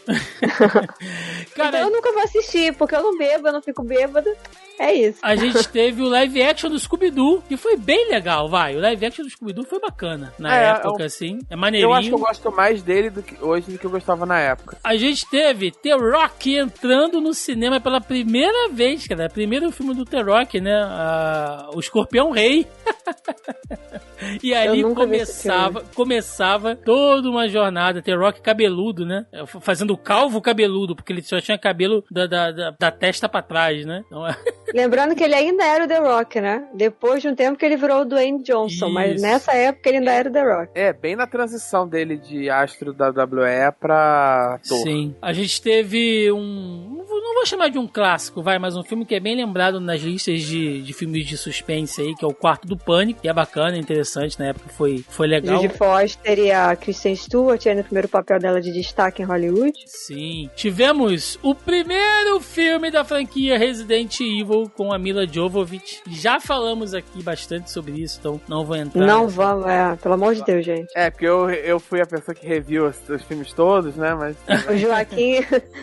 Cara, Então eu nunca vou assistir, porque eu não bebo, eu não fico bêbada. É isso. a gente teve o live action do Scooby-Doo, que foi bem legal, vai. O live action do Scooby-Doo foi bacana na É, época, eu- assim. É Eu maneirinho. acho que eu gosto mais dele do que, hoje do que eu gostava na época. A gente teve The Rock entrando no cinema pela primeira vez, cara. É o primeiro filme do The Rock, né? Ah, o Escorpião Rei. E ali nunca vi esse começava, começava toda uma jornada. The Rock cabeludo, né? Fazendo o calvo cabeludo, porque ele só tinha cabelo da, da, da, da testa pra trás, né? Então, Lembrando que ele ainda era o The Rock, né? Depois de um tempo que ele virou o Dwayne Johnson, mas Isso. nessa época ele ainda era o The Rock. É, bem na transição dele de astro da W W E pra ator. Sim. A gente teve um... Não vou não vou chamar de um clássico, vai, mas um filme que é bem lembrado nas listas de, de filmes de suspense aí, que é o Quarto do Pânico, que é bacana, interessante, na época foi, foi legal. Judy Foster e a Kristen Stewart aí no primeiro papel dela de destaque em Hollywood. Sim. Tivemos o primeiro filme da franquia Resident Evil com a Mila Jovovich. Já falamos aqui bastante sobre isso, então não vou entrar. Não vamos, é, pelo amor de Deus, gente. É, porque eu, eu fui a pessoa que reviu os, os filmes todos, né? Mas. O Joaquim...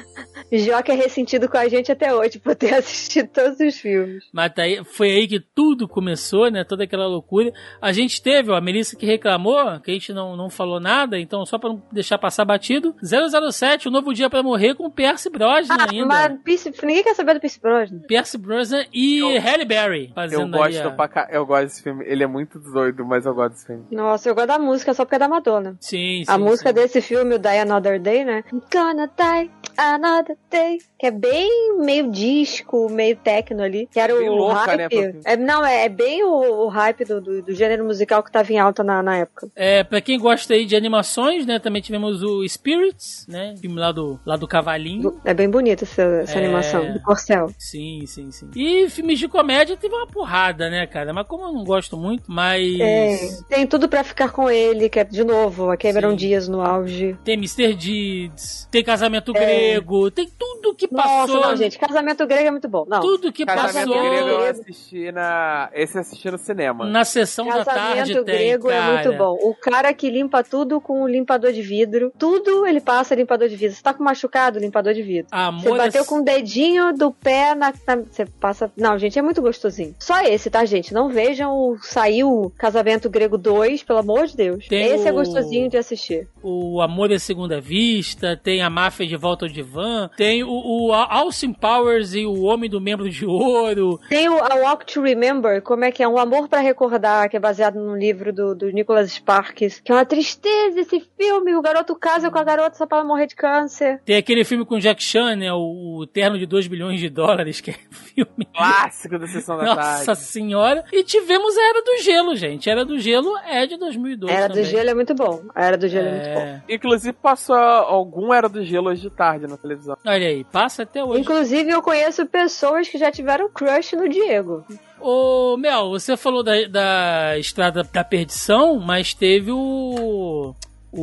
o Joaquim é ressentido com a gente até hoje por ter assistido todos os filmes. Mas tá aí, foi aí que tudo começou, né? Toda aquela loucura. A gente teve, ó, a Melissa que reclamou, que a gente não, não falou nada, então só pra não deixar passar batido, zero zero sete, O Novo Dia pra Morrer, com Percy Brosnan Ah, ainda. mas Pierce- ninguém quer saber do Pierce Brosnan. Percy Brosnan e Halle Berry Eu fazendo ali gosto, a... pra ca... eu gosto desse filme. Ele é muito doido, mas eu gosto desse filme. Nossa, eu gosto da música só porque é da Madonna. Sim, sim. A música sim. desse filme, o Die Another Day, né? I'm gonna die another day. Que é bem meio disco, meio techno ali. Que era Bem o louca, hype. né, Papi? É, não, é, é bem o, o hype do, do, do gênero musical que tava em alta na, na época. É, pra quem gosta aí de animações, né, também tivemos o Spirits, né, filme lá do, lá do cavalinho. É bem bonita essa, essa É. animação, do Corcel. Sim, sim, sim. E filmes de comédia teve uma porrada, né, cara? Mas como eu não gosto muito, mas... É, tem tudo pra ficar com ele, que é, de novo, a Cameron Sim. Diaz no auge. Tem mister Deeds, tem Casamento Grego, tem tudo que Nossa, passou... não, gente, Casamento Grego é muito bom. Não, Tudo que Casamento passou Grego eu assisti na. Esse eu assisti no cinema. na sessão da tarde Casamento tem, Grego cara. é muito bom. O cara que limpa tudo com o limpador de vidro. Tudo ele passa limpador de vidro. Você tá com machucado, limpador de vidro. Amor Você bateu é- com o dedinho do pé na, na- Você passa... Não, gente, é muito gostosinho. Só esse, tá, gente? Não vejam o... Saiu Casamento Grego dois, pelo amor de Deus. Tem esse é o- gostosinho de assistir. O Amor à Segunda Vista, tem a Máfia de Volta ao Divã, tem o, o Austin Powers e o Homem do Membro de Ouro. Tem o A Walk to Remember, como é que é? Um Amor pra Recordar, que é baseado num livro do, do Nicholas Sparks, que é uma tristeza esse filme. O garoto casa com a garota só pra ela morrer de câncer. Tem aquele filme com Jack Chan, né, o, o Terno de dois bilhões de dólares, que é filme... Clássico da Sessão da Nossa Tarde. senhora. E tivemos a Era do Gelo, gente. A Era do Gelo é de dois mil e dois A Era também. do Gelo é muito bom. A Era do Gelo é, muito bom. É... Inclusive passou algum Era do Gelo hoje de tarde na televisão. Olha aí, passa até hoje. Inclusive, eu conheço pessoas que já tiveram crush no Diego. Ô, Mel, você falou da, da Estrada da Perdição, mas teve o...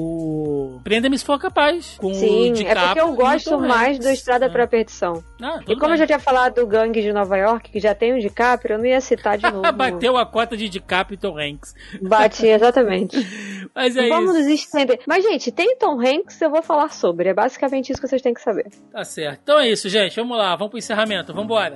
O Prenda-me se for capaz. Com Sim, o é DiCaprio porque eu e o gosto Tom mais Hanks. do Estrada Ah. pra Perdição. Ah, E tudo como bem. eu já tinha falado do Gangue de Nova York, que já tem o DiCaprio, eu não ia citar de novo. Bateu a cota de DiCaprio e Tom Hanks. Bate, exatamente. Mas é Vamos isso. nos estender. Mas, gente, tem Tom Hanks, eu vou falar sobre. É basicamente isso que vocês têm que saber. Tá certo. Então é isso, gente. Vamos lá. Vamos pro encerramento. Vambora.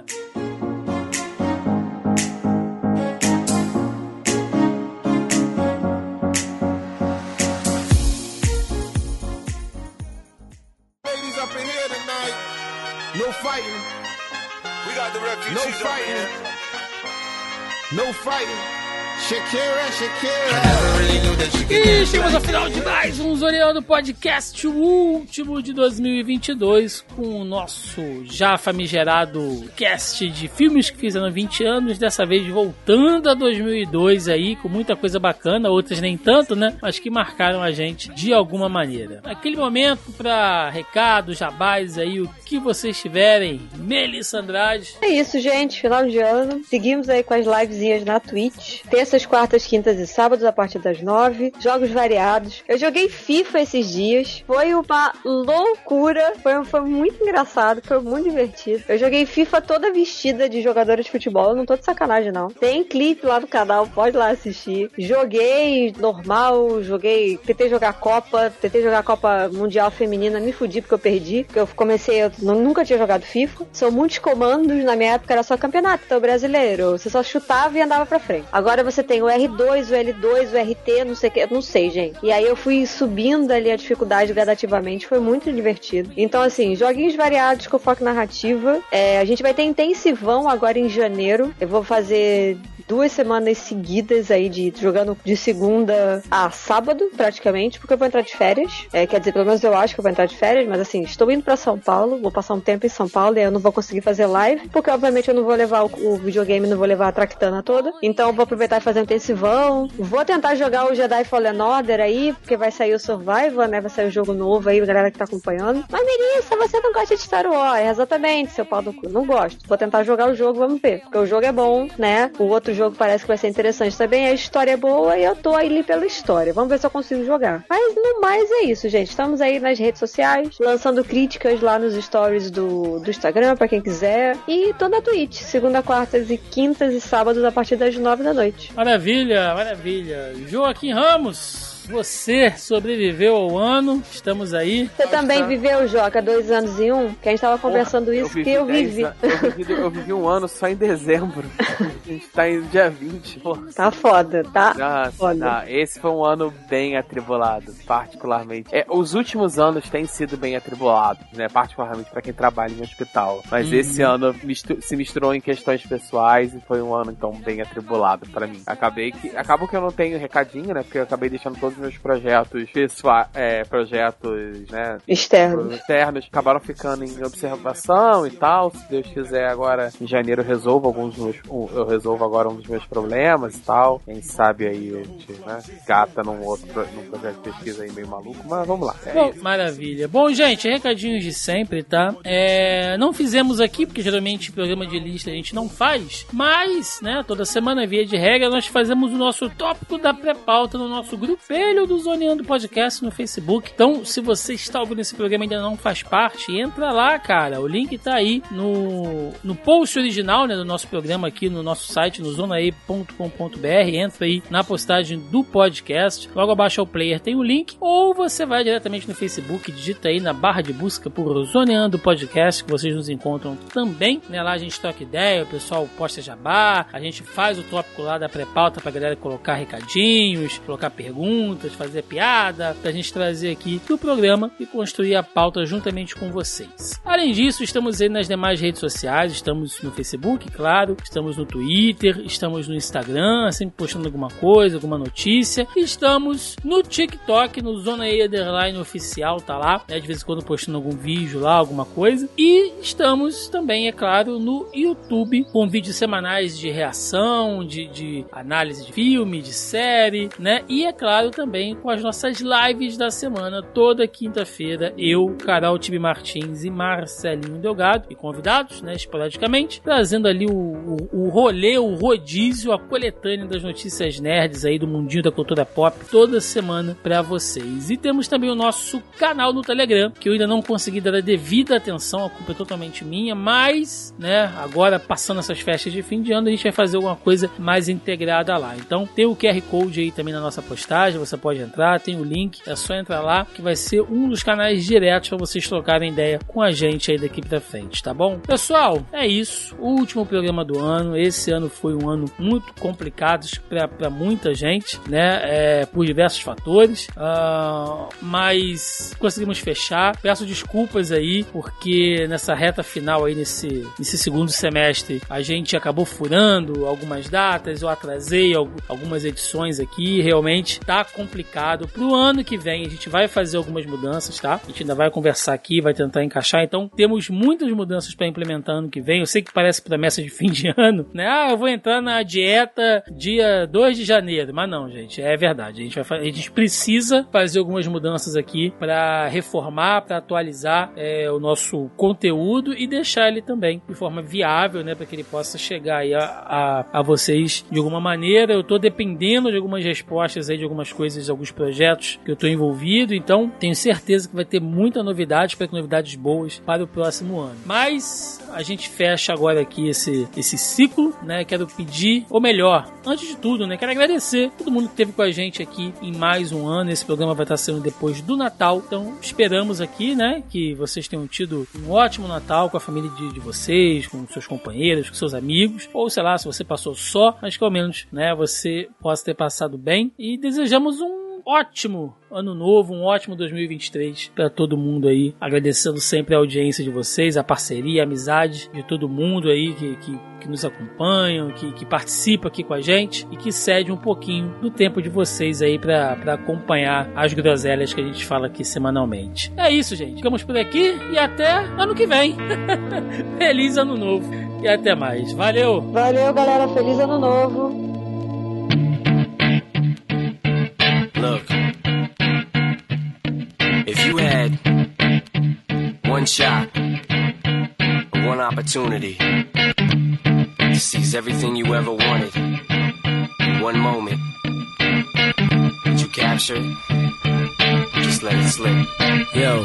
Ladies up in here tonight. No fighting. We got the No refugees over fighting. here. No fighting. Shakira, Shakira. E chegamos ao final de mais um Zoreando Podcast, o último de dois mil e vinte e dois, com o nosso já famigerado cast de filmes que fizeram vinte anos, dessa vez voltando a dois mil e dois aí, com muita coisa bacana, outras nem tanto, né? Mas que marcaram a gente de alguma maneira. Aquele momento para recados, jabás aí, o que vocês tiverem. Melissa Andrade. É isso, gente. Final de ano. Seguimos aí com as livezinhas na Twitch. Terças, quartas, quintas e sábados a partir das nove. Jogos variados. Eu joguei FIFA esses dias. Foi uma loucura. Foi, foi muito engraçado. Foi muito divertido. Eu joguei FIFA toda vestida de jogadora de futebol. Eu não tô de sacanagem, não. Tem clipe lá no canal. Pode lá assistir. Joguei normal. Joguei... Tentei jogar Copa. Tentei jogar Copa Mundial Feminina. Me fudi porque eu perdi. Porque eu comecei... Eu nunca tinha jogado FIFA. São muitos comandos. Na minha época era só campeonato. Então brasileiro. Você só chutava e andava pra frente. Agora você tem o R dois, o L dois, o R T, não sei o que, eu não sei, gente. E aí eu fui subindo ali a dificuldade gradativamente, foi muito divertido. Então, assim, joguinhos variados com foco narrativa. É, a gente vai ter intensivão agora em janeiro. Eu vou fazer duas semanas seguidas aí de jogando de segunda a sábado, praticamente, porque eu vou entrar de férias. É, quer dizer, pelo menos eu acho que eu vou entrar de férias, mas assim, estou indo pra São Paulo, vou passar um tempo em São Paulo e eu não vou conseguir fazer live, porque obviamente eu não vou levar o, o videogame, não vou levar a Tractana toda. Então eu vou aproveitar e fazer um intensivão. Vou tentar jogar o Jedi Fallen Order aí, porque vai sair o Survivor, né? Vai sair o jogo novo aí, a galera que tá acompanhando. Mas Melissa, você não gosta de Star Wars? Exatamente, seu pau do cu. Não gosto. Vou tentar jogar o jogo, vamos ver. Porque o jogo é bom, né? O outro jogo parece que vai ser interessante também. A história é boa e eu tô aí pela história. Vamos ver se eu consigo jogar. Mas no mais é isso, gente. Estamos aí nas redes sociais, lançando críticas lá nos stories do, do Instagram, pra quem quiser. E tô na Twitch, segunda, quartas e quintas e sábados a partir das nove da noite. Maravilha, maravilha. Joaquim Ramos, você sobreviveu ao ano, estamos aí. Você também viveu, Joca, dois anos e um? Que a gente tava conversando Porra, isso, que eu dez vivi. an- Eu vivi, eu vivi um ano só em dezembro. A gente tá em dia vinte, pô. Tá foda, tá? Nossa, Foda. não, esse foi um ano bem atribulado, particularmente. É, os últimos anos têm sido bem atribulados, né? Particularmente pra quem trabalha em hospital. Mas Uhum. esse ano mistu- se misturou em questões pessoais e foi um ano, então, bem atribulado pra mim. Acabei que... Acabou que eu não tenho recadinho, né? Porque eu acabei deixando todos os meus projetos pessoais, é, projetos, né? Externo. Externos acabaram ficando em observação e tal. Se Deus quiser, agora em janeiro eu resolvo alguns dos meus, um, eu resolvo agora um dos meus problemas e tal. Quem sabe aí a gente, né, gata num outro pro- num projeto de pesquisa aí meio maluco, mas vamos lá. É Bom, isso. maravilha. Bom, gente, recadinhos de sempre, tá? É, não fizemos aqui, porque geralmente programa de lista a gente não faz, mas, né, toda semana, via de regra, nós fazemos o nosso tópico da pré-pauta no nosso grupelho do Zoneando Podcast no Facebook. Então, se você está ouvindo esse programa e ainda não faz parte, entra lá, cara. O link tá aí no, no post original, né, do nosso programa aqui no nosso site, no zonae ponto com ponto b r. Entra aí na postagem do podcast. Logo abaixo ao player tem o link, ou você vai diretamente no Facebook, digita aí na barra de busca por Zoneando Podcast, que vocês nos encontram também, né? Lá a gente troca ideia, o pessoal posta jabá, a gente faz o tópico lá da pré-pauta pra galera colocar recadinhos, colocar perguntas, fazer piada, pra gente trazer aqui pro programa e construir a pauta juntamente com vocês. Além disso, estamos aí nas demais redes sociais, estamos no Facebook, claro, estamos no Twitter, estamos no Instagram, sempre postando alguma coisa, alguma notícia, e estamos no TikTok, no Zona E Underline Oficial, tá lá, né, de vez em quando postando algum vídeo lá, alguma coisa, e estamos também, é claro, no YouTube, com vídeos semanais de reação, de, de análise de filme, de série, né, e é claro também com as nossas lives da semana, toda quinta-feira, eu, Carol Tibi Martins e Marcelinho Delgado, e convidados, né, esporadicamente, trazendo ali o, o, o rolê, o rodízio, a coletânea das notícias nerds aí do mundinho da cultura pop, toda semana pra vocês. E temos também o nosso canal no Telegram, que eu ainda não consegui dar a devida atenção, a culpa é totalmente minha, mas, né, agora passando essas festas de fim de ano, a gente vai fazer alguma coisa mais integrada lá. Então, tem o Q R Code aí também na nossa postagem, você pode entrar, tem o link, é só entrar lá, que vai ser um dos canais diretos para vocês trocarem ideia com a gente aí daqui pra frente, tá bom? Pessoal, é isso, o último programa do ano. Esse ano foi um ano muito complicado para muita gente, né, é, por diversos fatores, uh, mas conseguimos fechar. Peço desculpas aí, porque nessa reta final aí, nesse, nesse segundo semestre, a gente acabou furando algumas datas, eu atrasei algumas edições aqui, realmente tá complicado. Pro ano que vem a gente vai fazer algumas mudanças, tá? A gente ainda vai conversar aqui, vai tentar encaixar, então temos muitas mudanças para implementar ano que vem. Eu sei que parece promessa de fim de ano, né? Ah, eu vou entrar na dieta dia dois de janeiro, mas não, gente, é verdade. A gente, vai, a gente precisa fazer algumas mudanças aqui para reformar, para atualizar é, o nosso conteúdo e deixar ele também de forma viável, né? Para que ele possa chegar aí a, a, a vocês de alguma maneira. Eu tô dependendo de algumas respostas aí, de algumas coisas, de alguns projetos que eu tô envolvido, então tenho certeza que vai ter muita novidade, espero que novidades boas para o próximo ano. Mas a gente fecha agora aqui esse, esse ciclo, né? Quero pedir, ou melhor, antes de tudo, né? Quero agradecer todo mundo que esteve com a gente aqui em mais um ano. Esse programa vai estar sendo depois do Natal, então esperamos aqui, né, que vocês tenham tido um ótimo Natal com a família de, de vocês, com seus companheiros, com seus amigos, ou sei lá, se você passou só, mas que ao menos, né, você possa ter passado bem, e desejamos um ótimo ano novo, um ótimo dois mil e vinte e três pra todo mundo aí. Agradecendo sempre a audiência de vocês, a parceria, a amizade de todo mundo aí que, que, que nos acompanham, que, que participa aqui com a gente e que cede um pouquinho do tempo de vocês aí pra, pra acompanhar as groselhas que a gente fala aqui semanalmente. É isso, gente. Ficamos por aqui e até ano que vem. Feliz ano novo e até mais. Valeu! Valeu, galera. Feliz ano novo. Look, if you had one shot, one opportunity to seize everything you ever wanted in one moment, would you capture it? Or just let it slip? Yo.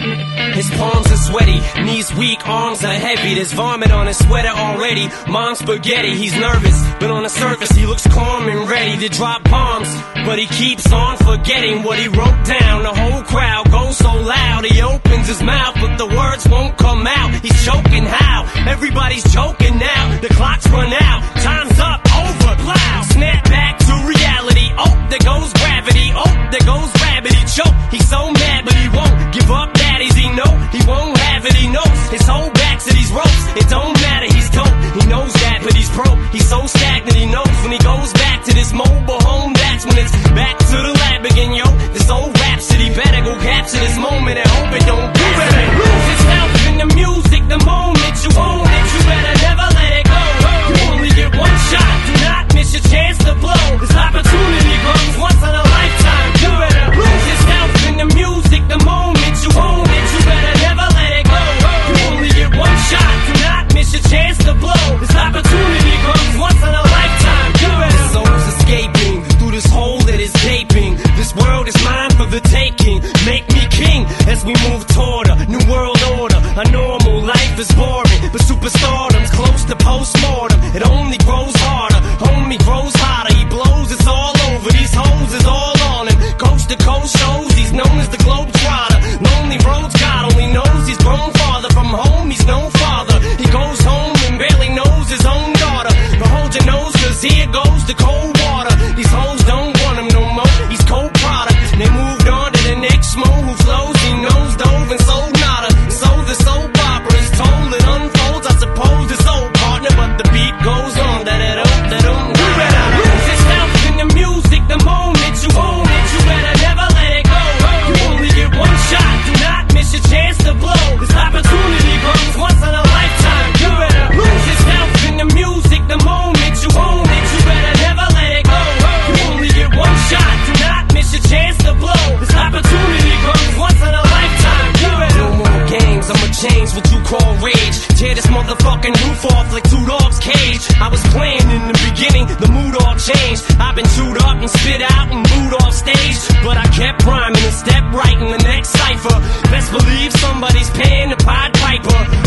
His palms are sweaty, knees weak, arms are heavy. There's vomit on his sweater already. Mom's spaghetti, he's nervous, but on the surface he looks calm and ready to drop bombs. But he keeps on forgetting what he wrote down. The whole crowd goes so loud, he opens his mouth, but the words won't come out. He's choking how? Everybody's choking now. The clock's run out, time's up, over, loud. Snap back to reality. Oh, there goes gravity. Oh, there goes gravity. Choke. He's so mad, but he won't give up. Daddies, he know he won't have it. He knows his whole back to these ropes. It don't matter. He's dope. He knows that, but he's broke. He's so stagnant. He knows when he goes back to this mobile home, that's when it's back to the lab again, yo. This old rhapsody better go capture this moment and hope it don't do it. Lose yourself in the music, the moment you own it. You better never let it go. You only get one shot. Do not miss your chance to blow. This opportunity comes once in a lifetime. You better lose yourself in the music, the moment you own it. You better never let it go. You only get one shot. Do not miss your chance to blow. This opportunity comes once in a lifetime. You better. Souls escaping through this hole that is gaping. This world is mine for the taking. Make me king as we move toward a new world order. A normal life is boring, but superstardom's close to postmortem. It only grows harder, homie grows hotter. He blows, it's all over. These hoes is all on him. Coast to coast shows, he's known as the Globetrotter. Lonely roads, God only knows he's grown farther from home. He's no father. He goes home and barely knows his own daughter. But hold your nose, cause here goes the cold water. These hoes don't want him no more. He's cold product. They moved on to the next mo who flows. He knows dove and sold nada. So the soap opera is told, it unfolds. I suppose it's old partner, but the beat goes on. That it up, that um. You better lose yourself in the music, the moment you own it. You better never let it go. You only get one shot. Do not miss your chance to blow. This opportunity comes once in a lifetime. You better lose yourself in the music, the moment you own it. You better never let it go. You only get one shot. Do not miss your chance to blow. This opportunity comes once in a lifetime. You better. No more games, I'ma change what you call rage. Tear this motherfucking roof off like two dogs' cage. I was playing in the beginning, the mood all changed. I've been chewed up and spit out and booed off stage, but I kept rhyming and stepped right in the next cipher. Best believe somebody's paying the Pied Piper.